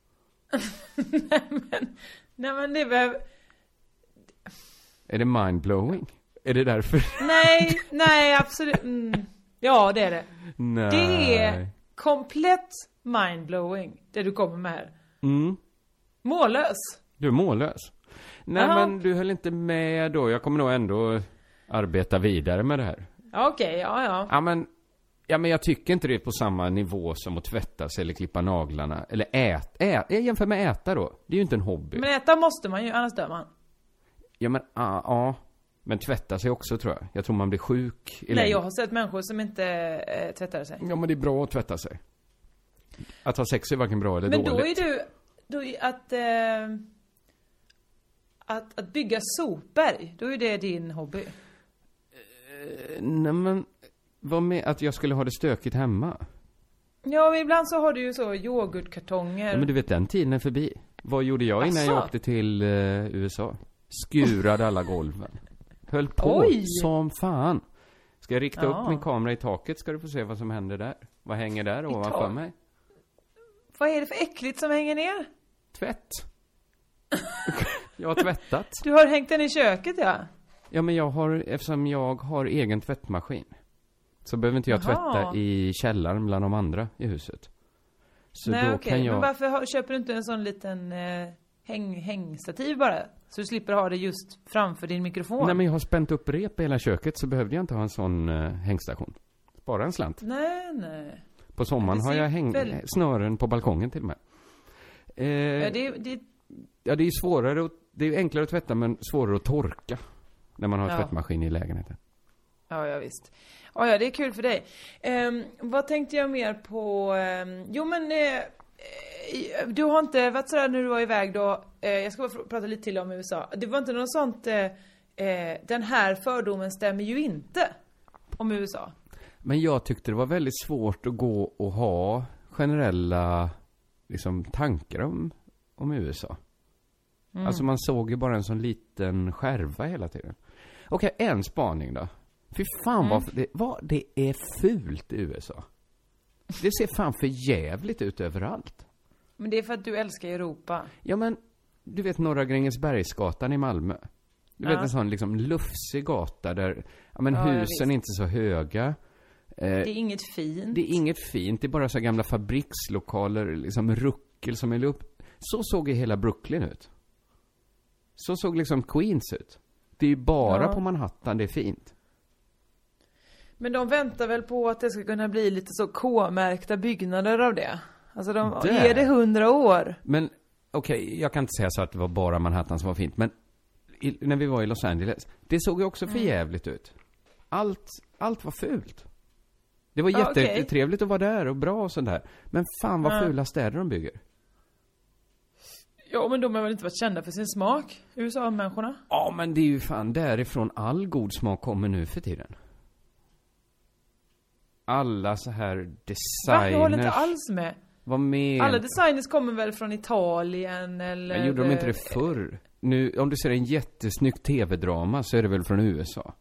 nej, men det behöver... Är det mindblowing? Är det därför? nej, absolut. Ja, det är det. Nej. Det är komplett mindblowing, det du kommer med här. Mållös. Du är mållös. Nej, men du höll inte med då. Jag kommer nog ändå arbeta vidare med det här. Okej, ja. Ja, men jag tycker inte det är på samma nivå som att tvätta sig eller klippa naglarna. Eller äta. Jag jämför med äta då. Det är ju inte en hobby. Men äta måste man ju, annars dör man. Ja, men ja. Men tvätta sig också, tror jag. Jag tror man blir sjuk. Nej, jag har sett människor som inte tvättar sig. Ja, men det är bra att tvätta sig. Att ha sex är varken bra eller dåligt. Men då är du... Att bygga sopberg, då är det din hobby. Nej, men... Vad med att jag skulle ha det stökigt hemma? Ja, ibland så har du ju så yoghurtkartonger. Ja, men du vet, den tiden är förbi. Vad gjorde jag innan jag åkte till USA? Skurade alla golven. Höll på som fan. Ska jag rikta upp min kamera i taket, ska du få se vad som händer där. Vad hänger där ovanför mig? Vad är det för äckligt som hänger ner? Tvätt. Jag har tvättat. Du har hängt den i köket, ja. Ja, men eftersom jag har egen tvättmaskin, så behöver inte jag tvätta i källaren bland de andra i huset. Så nej, då kan jag... Men varför köper du inte en sån liten hängstativ bara? Så du slipper ha det just framför din mikrofon. Nej, men jag har spänt upp rep i hela köket, så behövde jag inte ha en sån hängstation. Spara en slant. Nej. På sommaren har jag snören på balkongen till och med. Ja, det är svårare det är enklare att tvätta, men svårare att torka när man har tvättmaskin i lägenheten. Ja, visst. Ja, det är kul för dig. Vad tänkte jag mer på? Du har inte varit sådär när du var iväg då. Jag ska bara prata lite till om USA. Det var inte något sånt, den här fördomen stämmer ju inte om USA. Men jag tyckte det var väldigt svårt att gå och ha generella liksom, tankar om USA. Alltså man såg ju bara en sån liten skärva hela tiden. Okej, en spaning då. Fy fan vad det är fult i USA. Det ser fan för jävligt ut överallt. Men det är för att du älskar Europa. Ja, men du vet Norra Grängesbergsgatan i Malmö. Du vet en sån liksom lufsig gata där husen är inte så höga. Det är inget fint. Det är inget fint. Det är bara så gamla fabrikslokaler, liksom ruckel som är upp. Så såg ju hela Brooklyn ut. Så såg liksom Queens ut. Det är ju bara på Manhattan det är fint. Men de väntar väl på att det ska kunna bli lite så K-märkta byggnader av det. Alltså är det 100 år? Men okej, jag kan inte säga så att det var bara Manhattan som var fint. Men när vi var i Los Angeles, det såg ju också för jävligt ut. Allt var fult. Det var jättetrevligt att vara där och bra och sånt där. Men fan vad fula städer de bygger. Ja, men de har väl inte varit kända för sin smak, USA-människorna? Ja, men det är ju fan därifrån all god smak kommer nu för tiden. Alla så här designers... Jag håller inte alls med. Vad med? Alla designers kommer väl från Italien eller... Men gjorde de inte det förr? Nu, om du ser en jättesnygg tv-drama så är det väl från USA?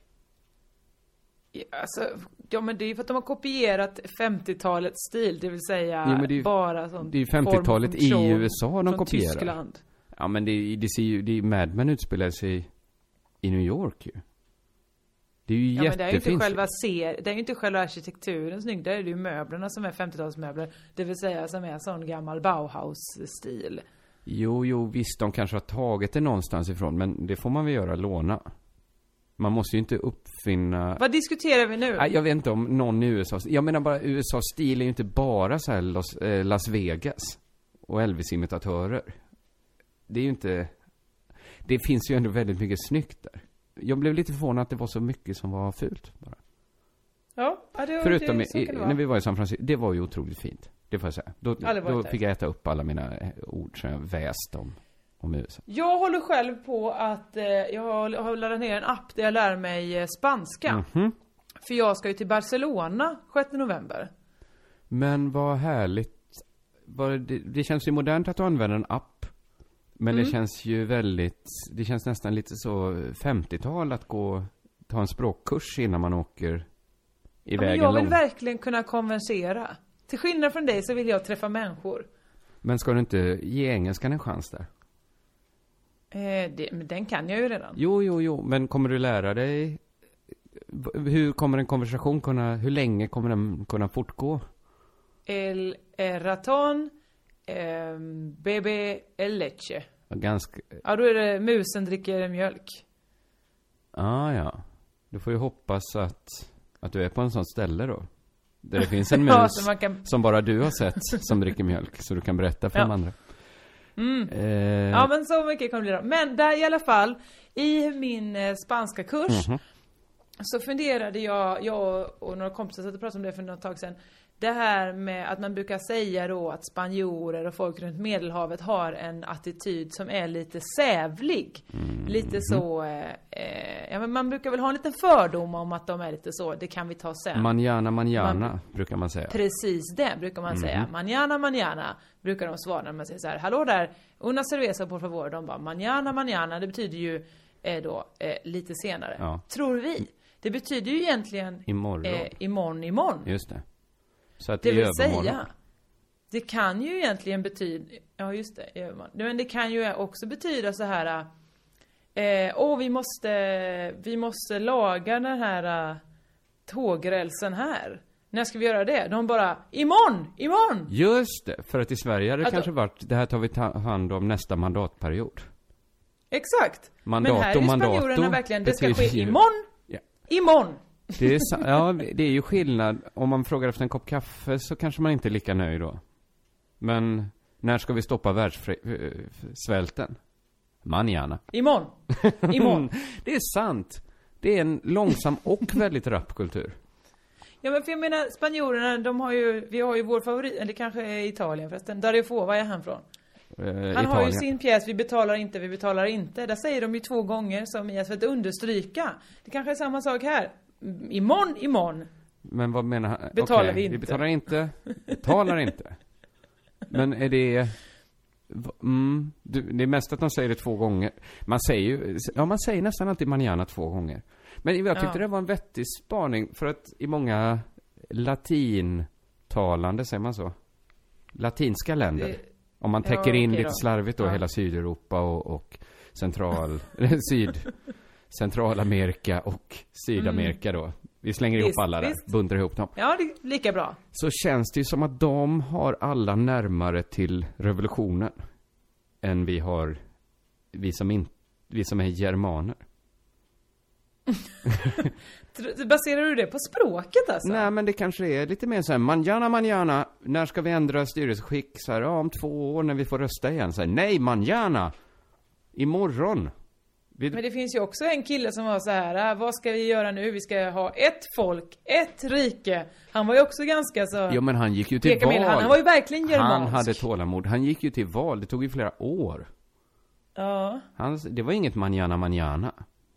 Ja, men det är ju för att de har kopierat 50-talets stil, det vill säga bara sånt. Det är ju 50-talet i USA de kopierar. Tyskland. Ja, men det är Mad Men utspelar sig i New York ju. Det är ju jättefint. Det är ju inte själva arkitekturen snygg. Där är det ju möblerna som är 50-talsmöbler. Det vill säga som är sån gammal Bauhaus-stil. Jo, visst, de kanske har tagit det någonstans ifrån. Men det får man väl göra, låna. Man måste ju inte uppfinna... Vad diskuterar vi nu? Jag vet inte om någon i USA... Jag menar bara, USA-stil är ju inte bara så här Las Vegas och Elvis-imitatörer. Det är ju inte... Det finns ju ändå väldigt mycket snyggt där. Jag blev lite förvånad att det var så mycket som var fult bara. Ja, det förutom när vi var i San Francisco, det var ju otroligt fint. Det får jag säga. Då fick jag äta upp alla mina ord som jag väst om USA. Jag håller själv på att jag har laddat ner en app där jag lär mig spanska. Mm-hmm. För jag ska ju till Barcelona 6 november. Men vad härligt. Det känns ju modernt att du använder en app. Men det känns ju det känns nästan lite så 50-tal att ta en språkkurs innan man åker iväg. Men jag vill verkligen kunna konversera. Till skillnad från dig så vill jag träffa människor. Men ska du inte ge engelskan en chans där? Men den kan jag ju redan. Jo, men kommer du lära dig? Hur kommer en konversation hur länge kommer den kunna fortgå? El raton, bebe el leche. Ja, då är det musen dricker mjölk. Ja. Du får ju hoppas att du är på en sån ställe då. Där det finns en mus som bara du har sett som dricker mjölk. Så du kan berätta för de andra. Ja, men så mycket kommer det bli då. Men där i alla fall, i min spanska kurs så funderade jag och några kompisar satt och pratade om det för något tag sedan. Det här med att man brukar säga då att spanjorer och folk runt Medelhavet har en attityd som är lite sävlig. Lite så... men man brukar väl ha en liten fördom om att de är lite så. Det kan vi ta sen. Manjana brukar man säga. Precis det brukar man säga. Manjana brukar de svara när man säger så här. Hallå där, una cerveza por favor. De bara manjana. Det betyder ju lite senare. Ja. Tror vi. Det betyder ju egentligen... Imorgon. Just det. Så att det vill säga, det kan ju egentligen betyda, ja just det, men det kan ju också betyda så här, vi måste laga den här tågrälsen här. När ska vi göra det? De bara, imorgon! Just det, för att i Sverige har det kanske varit, det här tar vi hand om nästa mandatperiod. Exakt. Men här är ju spanjorerna verkligen, det ska ske imorgon. Det är ju skillnad. Om man frågar efter en kopp kaffe så kanske man inte är lika nöjd då. Men när ska vi stoppa världssvälten? Manjana. Imorgon. Det är sant. Det är en långsam och väldigt rapp kultur. Ja, men för jag menar, spanjorerna, vi har ju vår favorit, eller kanske är Italien förresten. Dario Fo, var är han från? Han har ju sin pjäs, vi betalar inte. Där säger de ju 2 gånger som i för att understryka. Det kanske är samma sak här. Imorgon. Men vad menar han? Betalar vi inte. Vi betalar inte. Men är det... det är mest att de säger det 2 gånger. Man säger nästan alltid manjana 2 gånger. Men jag tyckte det var en vettig spaning. För att i många latintalande, säger man så? Latinska länder. Om man täcker in lite slarvigt då hela Sydeuropa och Centralamerika och Sydamerika då. Vi slänger ihop alla där, buntar ihop dem. Ja, det är lika bra. Så känns det ju som att de har alla närmare till revolutionen än vi som är germaner. Baserar du det på språket alltså? Nej, men det kanske är lite mer så här, manjana, när ska vi ändra styrelseskick? Så här, om 2 år när vi får rösta igen. Så här, nej, manjana, imorgon. Men det finns ju också en kille som var så här, vad ska vi göra nu? Vi ska ha ett folk, ett rike. Han var ju också ganska så... Ja, men han gick ju till val. Han var ju verkligen germansk. Han hade tålamod. Han gick ju till val. Det tog ju flera år. Ja. Det var inget manjana.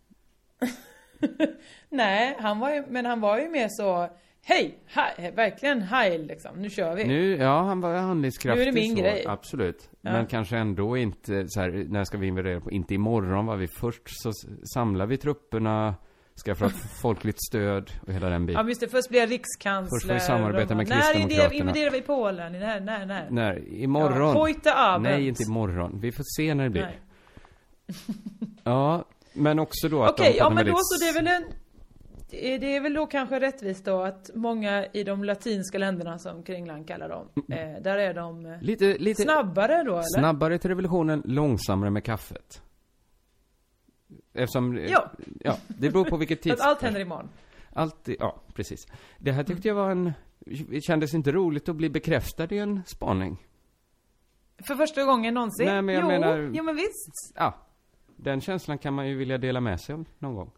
Nej, han var ju mer så... Hej, verkligen heil liksom. Nu kör vi. Han var handlingskraftig. Nu är det min grej. Absolut. Ja. Men kanske ändå inte så här, när ska vi invadera på? Inte imorgon var vi först, så samlar vi trupperna, skaffa folkligt stöd och hela den biten. Ja, just det. Först blir jag rikskansler. Först får vi samarbeta med Kristdemokraterna. När invaderar vi Polen? Nej, imorgon. Nej, inte imorgon. Vi får se när det blir. Ja, men också då att okej, men då så det är väl en... Det är väl då kanske rättvist då att många i de latinska länderna som Kringland kallar dem, där är de lite snabbare då, eller? Snabbare till revolutionen, långsammare med kaffet. Eftersom, ja, det beror på vilket tids. Att allt händer imorgon. Ja, precis. Det här tyckte jag var kändes inte roligt att bli bekräftad i en spaning. För första gången någonsin? Nej, men jag menar... Jo, men visst. Ja, den känslan kan man ju vilja dela med sig av någon gång.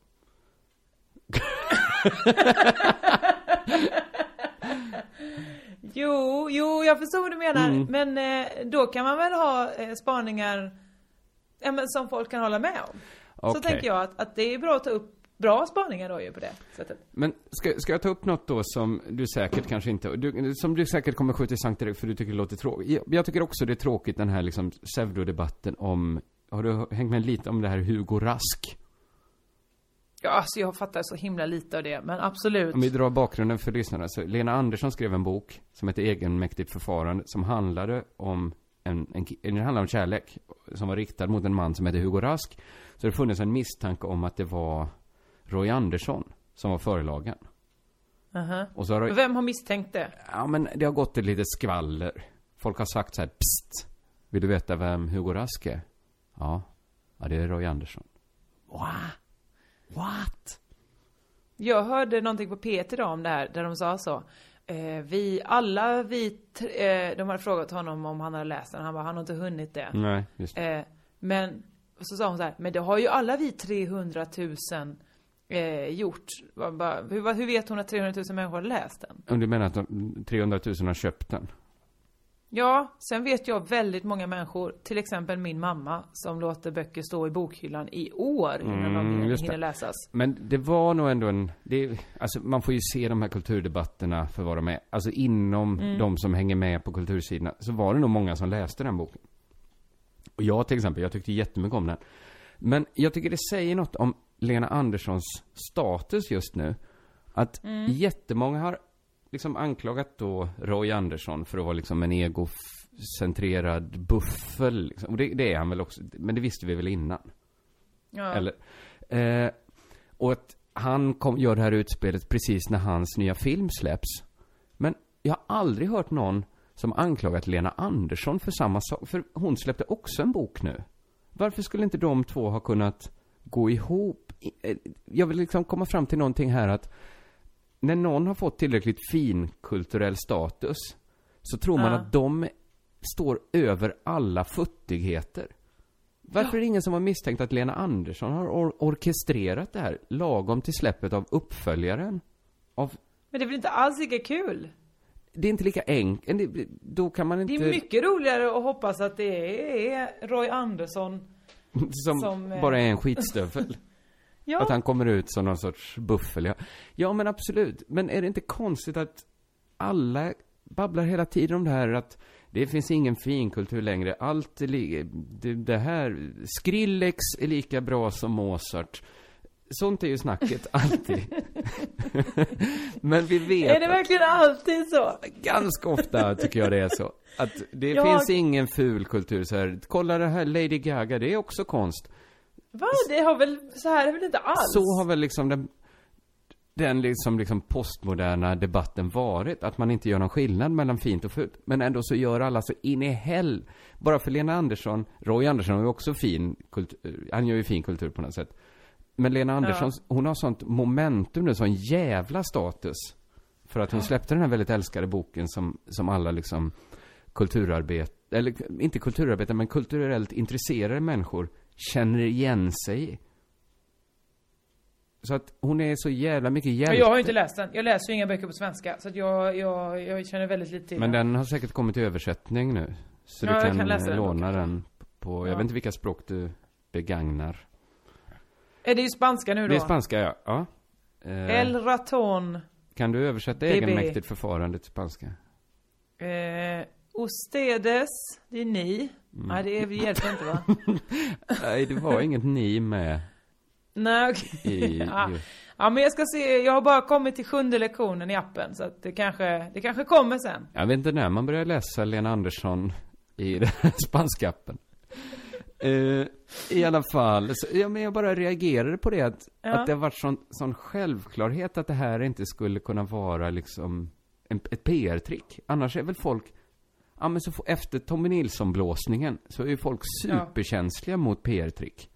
Jo, jag förstår vad du menar. Men då kan man väl ha spaningar som folk kan hålla med om. Okay. Så tänker jag att det är bra att ta upp bra spaningar då ju på det sättet. Men ska jag ta upp något då som du säkert kanske inte... som du säkert kommer skjuta i sank direkt för du tycker det låter tråkigt. Jag tycker också det är tråkigt den här liksom pseudodebatten om... Har du hängt med lite om det här Hugo Rask? Ja, alltså jag fattar så himla lite av det, men absolut. Om vi drar bakgrunden för lyssnarna så Lena Andersson skrev en bok som heter Egenmäktigt förfarande som handlade om det handlade om kärlek som var riktad mot en man som heter Hugo Rask. Så det funnits en misstanke om att det var Roy Andersson som var förelagen. Och så vem har misstänkt det? Ja, men det har gått ett litet skvaller. Folk har sagt så här: psst, vill du veta vem Hugo Rask är? Ja, det är Roy Andersson. What? Jag hörde någonting på P1 idag om det här, där de sa så. De hade frågat honom om han hade läst den. Han bara, han har inte hunnit det. Nej, just det. Men så sa hon så här, men det har ju alla vi 300 000 gjort. Hur vet hon att 300 000 människor har läst den? Om du menar att 300 000 har köpt den? Ja, sen vet jag väldigt många människor, till exempel min mamma, som låter böcker stå i bokhyllan i år innan de hinner läsas. Men det var nog ändå alltså man får ju se de här kulturdebatterna för vad de är. Alltså inom de som hänger med på kultursidorna så var det nog många som läste den boken. Och jag till exempel, jag tyckte jättemycket om den. Men jag tycker det säger något om Lena Anderssons status just nu. Att jättemånga har liksom anklagat då Roy Andersson för att vara liksom en egocentrerad buffel. Liksom. Och det är han väl också. Men det visste vi väl innan. Ja. Eller, och att han gör det här utspelet precis när hans nya film släpps. Men jag har aldrig hört någon som anklagat Lena Andersson för samma sak. För hon släppte också en bok nu. Varför skulle inte de två ha kunnat gå ihop? Jag vill liksom komma fram till någonting här att när någon har fått tillräckligt fin kulturell status så tror man att de står över alla futtigheter. Varför är det ingen som har misstänkt att Lena Andersson har orkestrerat det här lagom till släppet av uppföljaren? Men det är väl inte alls lika kul? Det är inte lika enkelt. Då kan man inte... Det är mycket roligare att hoppas att det är Roy Andersson som bara är en skitstövel. Ja. Att han kommer ut som någon sorts buffel. Ja, men absolut. Men är det inte konstigt att alla babblar hela tiden om det här att det finns ingen finkultur längre. Allt är det här Skrillex är lika bra som Mozart. Sånt är ju snacket alltid. Men vi vet... Är det verkligen alltid så? Ganska ofta tycker jag det är så. Att det finns ingen ful kultur så här. Kolla det här Lady Gaga, det är också konst. Va? Det har väl, så här är väl inte alls? Så har väl liksom den liksom postmoderna debatten varit. Att man inte gör någon skillnad mellan fint och fult. Men ändå så gör alla så in i hell. Bara för Lena Andersson, Roy Andersson har ju också fin kultur. Han gör ju fin kultur på något sätt. Men Lena Andersson, hon har sånt momentum nu, sån jävla status. För att hon släppte den här väldigt älskade boken som alla liksom eller inte kulturarbetare, men kulturellt intresserade människor känner igen sig i. Så att hon är så jävla mycket hjälp. Jag har ju inte läst den. Jag läser ju inga böcker på svenska. Så att jag känner väldigt lite till. Men den har säkert kommit i översättning nu. Så du kan låna den på... Jag vet inte vilka språk du begagnar. Är det ju spanska nu då? Det är spanska, ja. El Raton. Kan du översätta egenmäktigt förfarande till spanska? Ustedes, det är ni. Nej, det hjälper inte, va? Nej, det var inget ni med. Nej, okej. Ja, men jag ska se. Jag har bara kommit till 7:e lektionen i appen. Så att det kanske kommer sen. Jag vet inte när man börjar läsa Lena Andersson i den spanska appen. I alla fall, men jag bara reagerade på det att det har varit sån självklarhet att det här inte skulle kunna vara liksom ett PR-trick. Annars är väl folk, men så efter Tommy Nilsson-blåsningen så är ju folk superkänsliga mot PR-trick.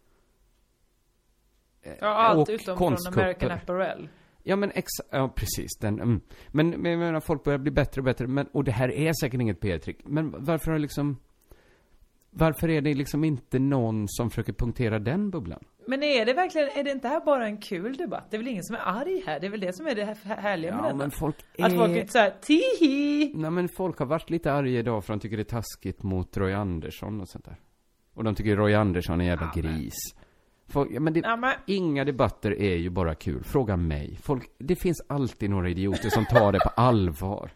Ja, allt utom från American Apparel. Ja, men precis. Men jag menar, folk börjar bli bättre och bättre. Och det här är säkert inget PR-trick. Men varför är det liksom inte någon som försöker punktera den bubblan? Men är det inte här bara en kul debatt? Det är väl ingen som är arg här? Det är väl det som är det härliga med den. Men folk att folk är så här, tihi! Nej, men folk har varit lite arga idag för de tycker det är taskigt mot Roy Andersson och sånt där. Och de tycker Roy Andersson är en jävla gris. Inga debatter är ju bara kul. Fråga mig. Det finns alltid några idioter som tar det på allvar.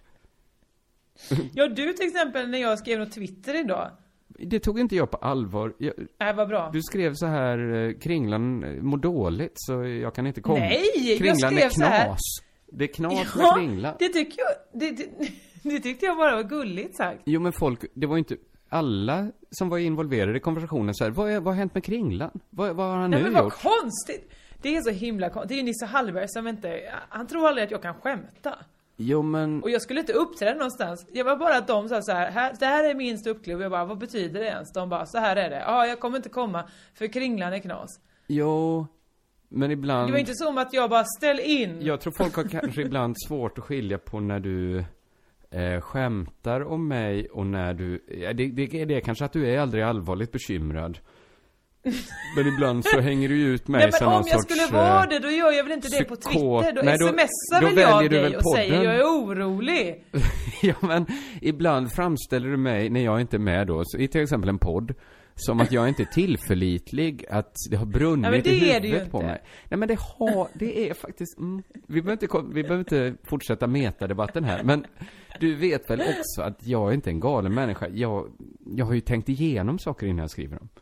Ja, du till exempel när jag skrev något Twitter idag. Det tog inte jag på allvar. Nej, vad bra. Du skrev så här, Kringlan mår dåligt så jag kan inte komma. Nej, Kringlan jag skrev så här. Det är knas med Kringlan. Det tycker jag, det tyckte jag bara var gulligt sagt. Jo, men det var ju inte alla som var involverade i konversationen så här, vad har hänt med Kringlan? Vad har han nu gjort? Men vad konstigt. Det är så himla konstigt. Det är ju Nisse Hallberg som han tror aldrig att jag kan skämta. Jo, men... Och jag skulle inte uppträda någonstans. Jag var bara att de sa så här, det här är min ståuppklubb. Jag bara, vad betyder det ens? De bara, så här är det. Ja, jag kommer inte komma för Kringlan är knas. Jo, men ibland... Det var inte så att jag bara ställ in. Jag tror folk har kanske ibland svårt att skilja på när du skämtar om mig och när du... Det är kanske att du är aldrig allvarligt bekymrad. Men ibland så hänger du ut mig. Nej, men som om någon jag sorts, skulle vara det, då gör jag väl inte det på Twitter. Då smsar väl jag dig och säger jag är orolig. Ja, men ibland framställer du mig när jag inte är med då, så i till exempel en podd, som att jag inte är tillförlitlig, att det har brunnit i huvudet på mig. Nej, men det är faktiskt... Vi behöver inte fortsätta metadebatten här, men du vet väl också att jag är inte en galen människa. Jag har ju tänkt igenom saker innan jag skriver dem.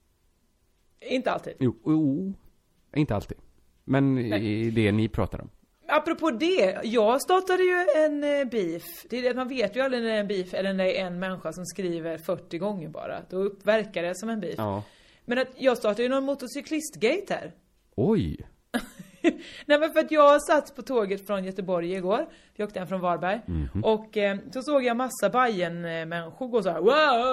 Inte alltid. Jo, inte alltid. Men det ni pratar om. Apropå det, jag startade ju en beef. Det är det att man vet ju aldrig när det är en beef eller när det är en människa som skriver 40 gånger bara. Då uppverkar det som en beef. Ja. Men att jag startade ju någon motorcyklistgate här. Oj! Nej, men för att jag satt på tåget från Göteborg igår. Vi åkte hem från Varberg. Mm-hmm. Och så såg jag massa Bajen-människor gå så här.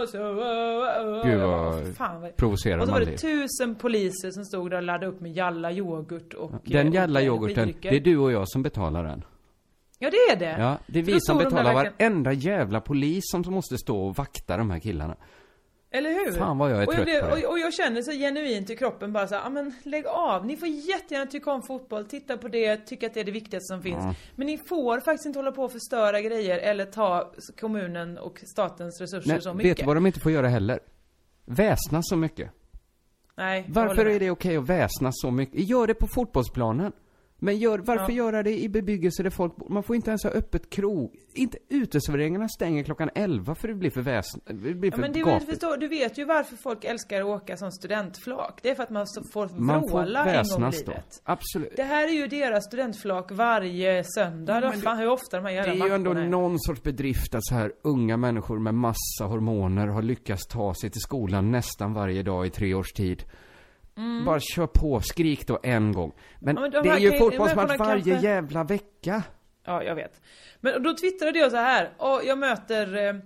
Gud, vad provocerande. Och så var det 1000 poliser som stod där och laddade upp med jalla yoghurt och... Den jalla yoghurten, det är du och jag som betalar den. Ja, det är det. Ja, det är vi som betalar varenda jävla polis som måste stå och vakta de här killarna. Eller hur? Fan vad jag är trött på det. Och jag känner så genuint i kroppen bara så här, men lägg av. Ni får jättegärna tycka om fotboll, titta på det, tycka att det är det viktigaste som finns. Men ni får faktiskt inte hålla på och förstöra grejer eller ta kommunen och statens resurser så mycket. Vet du vad de inte får göra heller? Väsna så mycket. Nej. Varför är det okej att väsna så mycket? Gör det på fotbollsplanen. Men varför göra det i bebyggelse där folk... Man får inte ens ha öppet krog. Inte uteserveringarna stänger klockan 11 för det blir för väsen. Det blir för gapigt. Du vet ju varför folk älskar att åka som studentflak. Det är för att man får vråla en gång i livet. Absolut. Det här är ju deras studentflak varje söndag. Hur ofta de här jävla det är ju ändå någon sorts bedrift att så här unga människor med massa hormoner har lyckats ta sig till skolan nästan varje dag i 3 års tid. Bara kör på, skrik då en gång. Men det är ju fotbollsmatch varje jävla vecka. Ja, jag vet. Men då twittrade jag så här. Och jag möter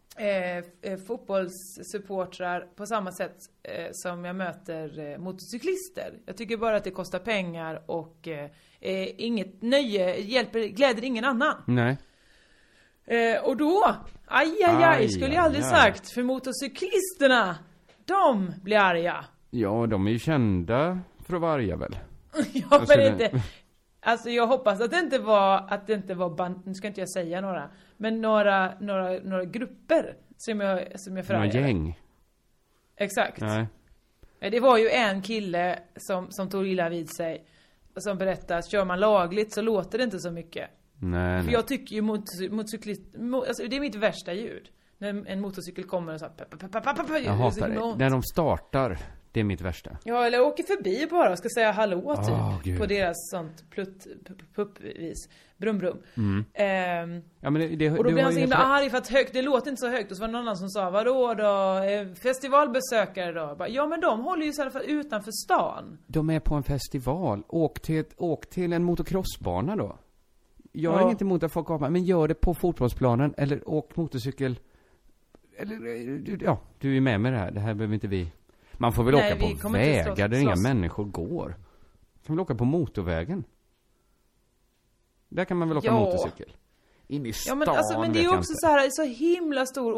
fotbollssupportrar på samma sätt som jag möter motorcyklister. Jag tycker bara att det kostar pengar och inget nöje gläder ingen annan. Nej. Och då, aj, skulle jag aldrig sagt. För motorcyklisterna, de blir arga. Ja, de är ju kända för att vara arga väl. Ja, men inte... Alltså jag hoppas att det inte var nu ska inte jag säga några, men några grupper som jag förargade. Några gäng. Exakt. Nej. Det var ju en kille som tog illa vid sig och som berättade att kör man lagligt så låter det inte så mycket. Nej. För jag tycker ju motorcyklist, alltså det är mitt värsta ljud. När en motorcykel kommer och så här, jag hatar det. När de startar. Det är mitt värsta. Ja, eller åker förbi bara och ska säga hallå typ. Gud. På deras sånt puppvis. Brum brum. Ja, men och då blir han så himla arg för att det låter inte så högt. Och så var det någon annan som sa, vadå då? Festivalbesökare då? Bara, ja, men de håller ju i alla fall utanför stan. De är på en festival. Åk till en motocrossbana då. Jag har inget emot att folk hoppar, men gör det på fotbollsplanen. Eller åk motorcykel. Eller, ja, du är med det här. Det här behöver inte vi. Man får väl åka på vägar där inga människor går. Kan väl åka på motorvägen? Där kan man väl åka motorcykel. In i stan. Ja, men det är ju också så himla stor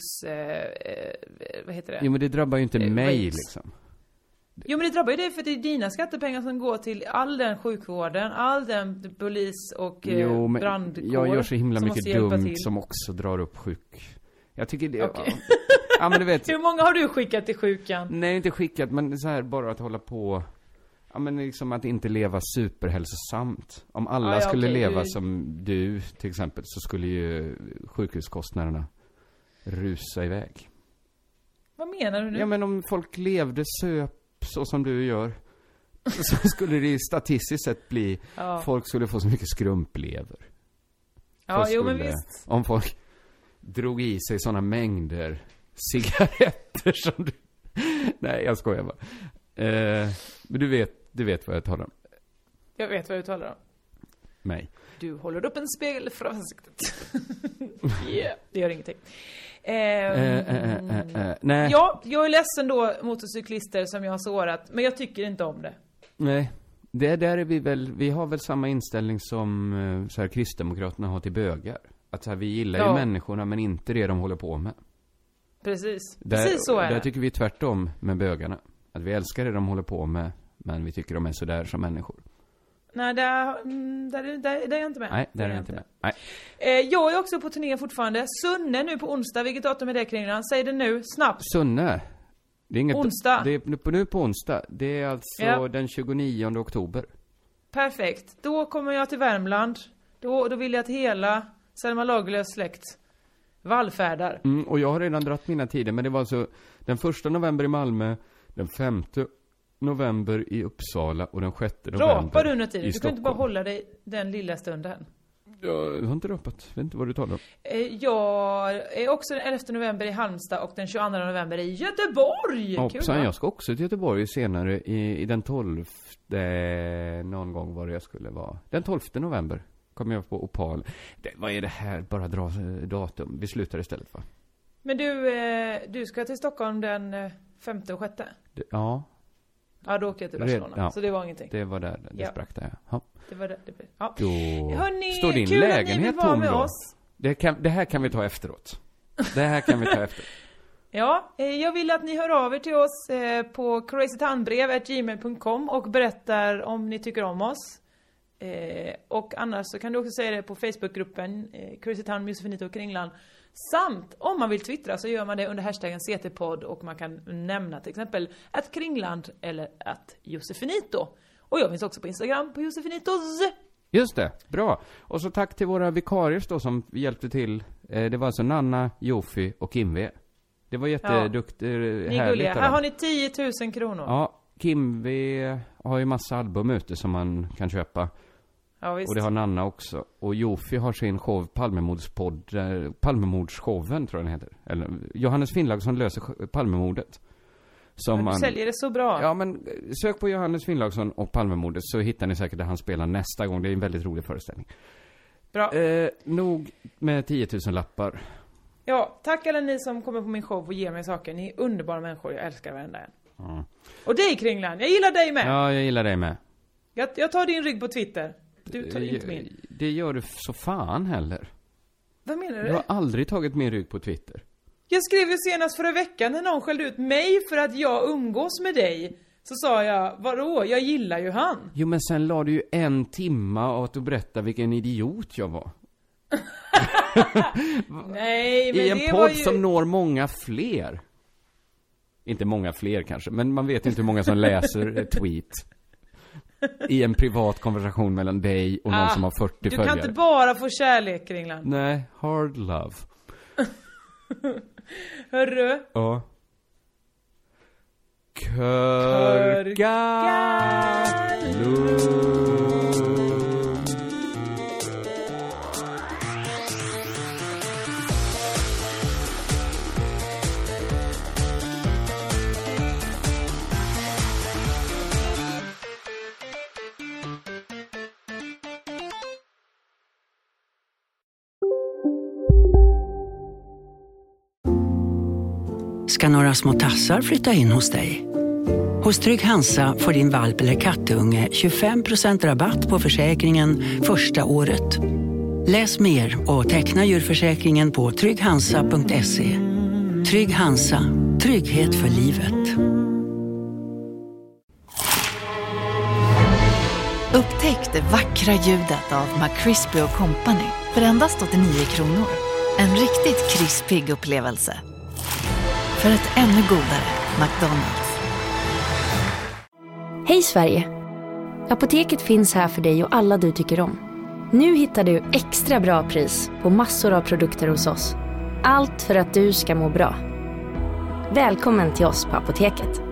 vad heter det? Jo, men det drabbar ju inte mig liksom. Jo, men det drabbar ju dig för det är dina skattepengar som går till all den sjukvården, all den polis och brandkår. Jag gör så himla mycket dumt som också drar upp Jag tycker det... Okay. Ja, men du vet... Hur många har du skickat till sjukan? Nej, inte skickat, men så här bara att hålla på... Ja, men liksom att inte leva superhälsosamt. Om alla skulle leva som du, till exempel, så skulle ju sjukhuskostnaderna rusa iväg. Vad menar du nu? Ja, men om folk levde så som du gör, så skulle det statistiskt sett bli... Folk skulle få så mycket skrumplever. Ja, men visst. Om folk drog i sig såna mängder cigaretter som du... Nej, jag skojar bara. Men du vet vad jag talar om. Jag vet vad du talar om. Mig. Du håller upp en spegel för ansiktet. Det gör ingenting. Nej. Ja, jag är ledsen då motorcyklister som jag har sårat. Men jag tycker inte om det. Nej. Där är vi har väl samma inställning som så här, Kristdemokraterna har till bögar. Att så här, vi gillar ju människorna men inte det de håller på med. Precis så är det. Där tycker vi tvärtom med bögarna. Att vi älskar det de håller på med, men vi tycker de är så där som människor. Nej, där är jag inte med. Nej, där är jag inte med. Nej. Jag är också på turné fortfarande. Sunne nu på onsdag. Vilket datum är det, Kringlan? Säg det nu, snabbt. Sunne? Det är inget onsdag. Det är nu på onsdag. Det är alltså den 29 oktober. Perfekt. Då kommer jag till Värmland. Då vill jag att hela Selma Lagerlöfs släkt vallfärdar. Och jag har redan dratt mina tider. Men det var alltså den 1 november i Malmö, den 5 november i Uppsala och den 6 november rapar du nu tiden? Du kan Stockholm. inte bara hålla dig den lilla stunden. Jag har inte rapat. Jag vet inte vad du talar om. Jag är också den 11 november i Halmstad och den 22 november i Göteborg. Hoppsan, jag ska också till Göteborg senare i den 12. Någon gång var det jag skulle vara. Den 12 november kommer jag på Opal. Vad är det här? Bara dra datum. Vi slutar istället, va? Men du ska till Stockholm den 5:e och 6:e? Ja. Ja, då åker jag till Barcelona. Så det var ingenting. Det var där det sprack där. Ja. Det var det blev. Ja. Då hörrni, står din kul lägenhet att ni tom med då. Oss. Det här kan vi ta efteråt. Ja, jag vill att ni hör av er till oss på crazytownbrev@gmail.com och berättar om ni tycker om oss. Och annars så kan du också säga det på Facebookgruppen Crazy Town med Josefinito och Kringland. Samt om man vill twittra så gör man det under hashtaggen CT-podd och man kan nämna till exempel @Kringland eller @Josefinito. Och jag finns också på Instagram på Josefinitos. Just det, bra. Och så tack till våra vikarier då som hjälpte till. Det var alltså Nanna, Jofi och Kimve. Det var jätteduktigt, härligt. Här har ni 10 000 kronor. Ja, Kimve har ju massa album ute som man kan köpa. Ja, visst. Och det har Nanna också. Och Jofi har sin show, Palmemordsshowen tror jag den heter. Eller Johannes Finnlaugsson löser Palmemordet. Du säljer det så bra. Ja, men sök på Johannes Finnlaugsson och Palmemordet så hittar ni säkert där han spelar nästa gång. Det är en väldigt rolig föreställning. Bra. Nog med 10 000 lappar. Ja, tack alla ni som kommer på min show och ger mig saker. Ni är underbara människor, jag älskar varenda en. Och dig, Kringland, jag gillar dig med. Ja, jag gillar dig med. Jag tar din rygg på Twitter. Du tar inte min. Det gör du så fan heller. Vad menar du? Du har aldrig tagit min rygg på Twitter. Jag skrev ju senast förra veckan när någon skällde ut mig för att jag umgås med dig. Så sa jag, vadå? Jag gillar ju han. Jo, men sen la du ju 1 timme åt att berätta vilken idiot jag var. Nej, men i en det podd var ju... som når många fler. Inte många fler kanske, men man vet inte hur många som läser tweet. I en privat konversation mellan dig och någon som har 40 följare. Du kan inte bara få kärlek, Kringland. Nej, hard love. Körkalund. Ska några små tassar flytta in hos dig? Hos Trygg Hansa får din valp eller kattunge 25% rabatt på försäkringen första året. Läs mer och teckna djurförsäkringen på trygghansa.se. Trygg Hansa, trygghet för livet. Upptäck det vackra ljudet av McCrispy & Company för endast 89 kronor. En riktigt krispig upplevelse. För ett ännu godare McDonald's. Hej Sverige! Apoteket finns här för dig och alla du tycker om. Nu hittar du extra bra pris på massor av produkter hos oss. Allt för att du ska må bra. Välkommen till oss på Apoteket.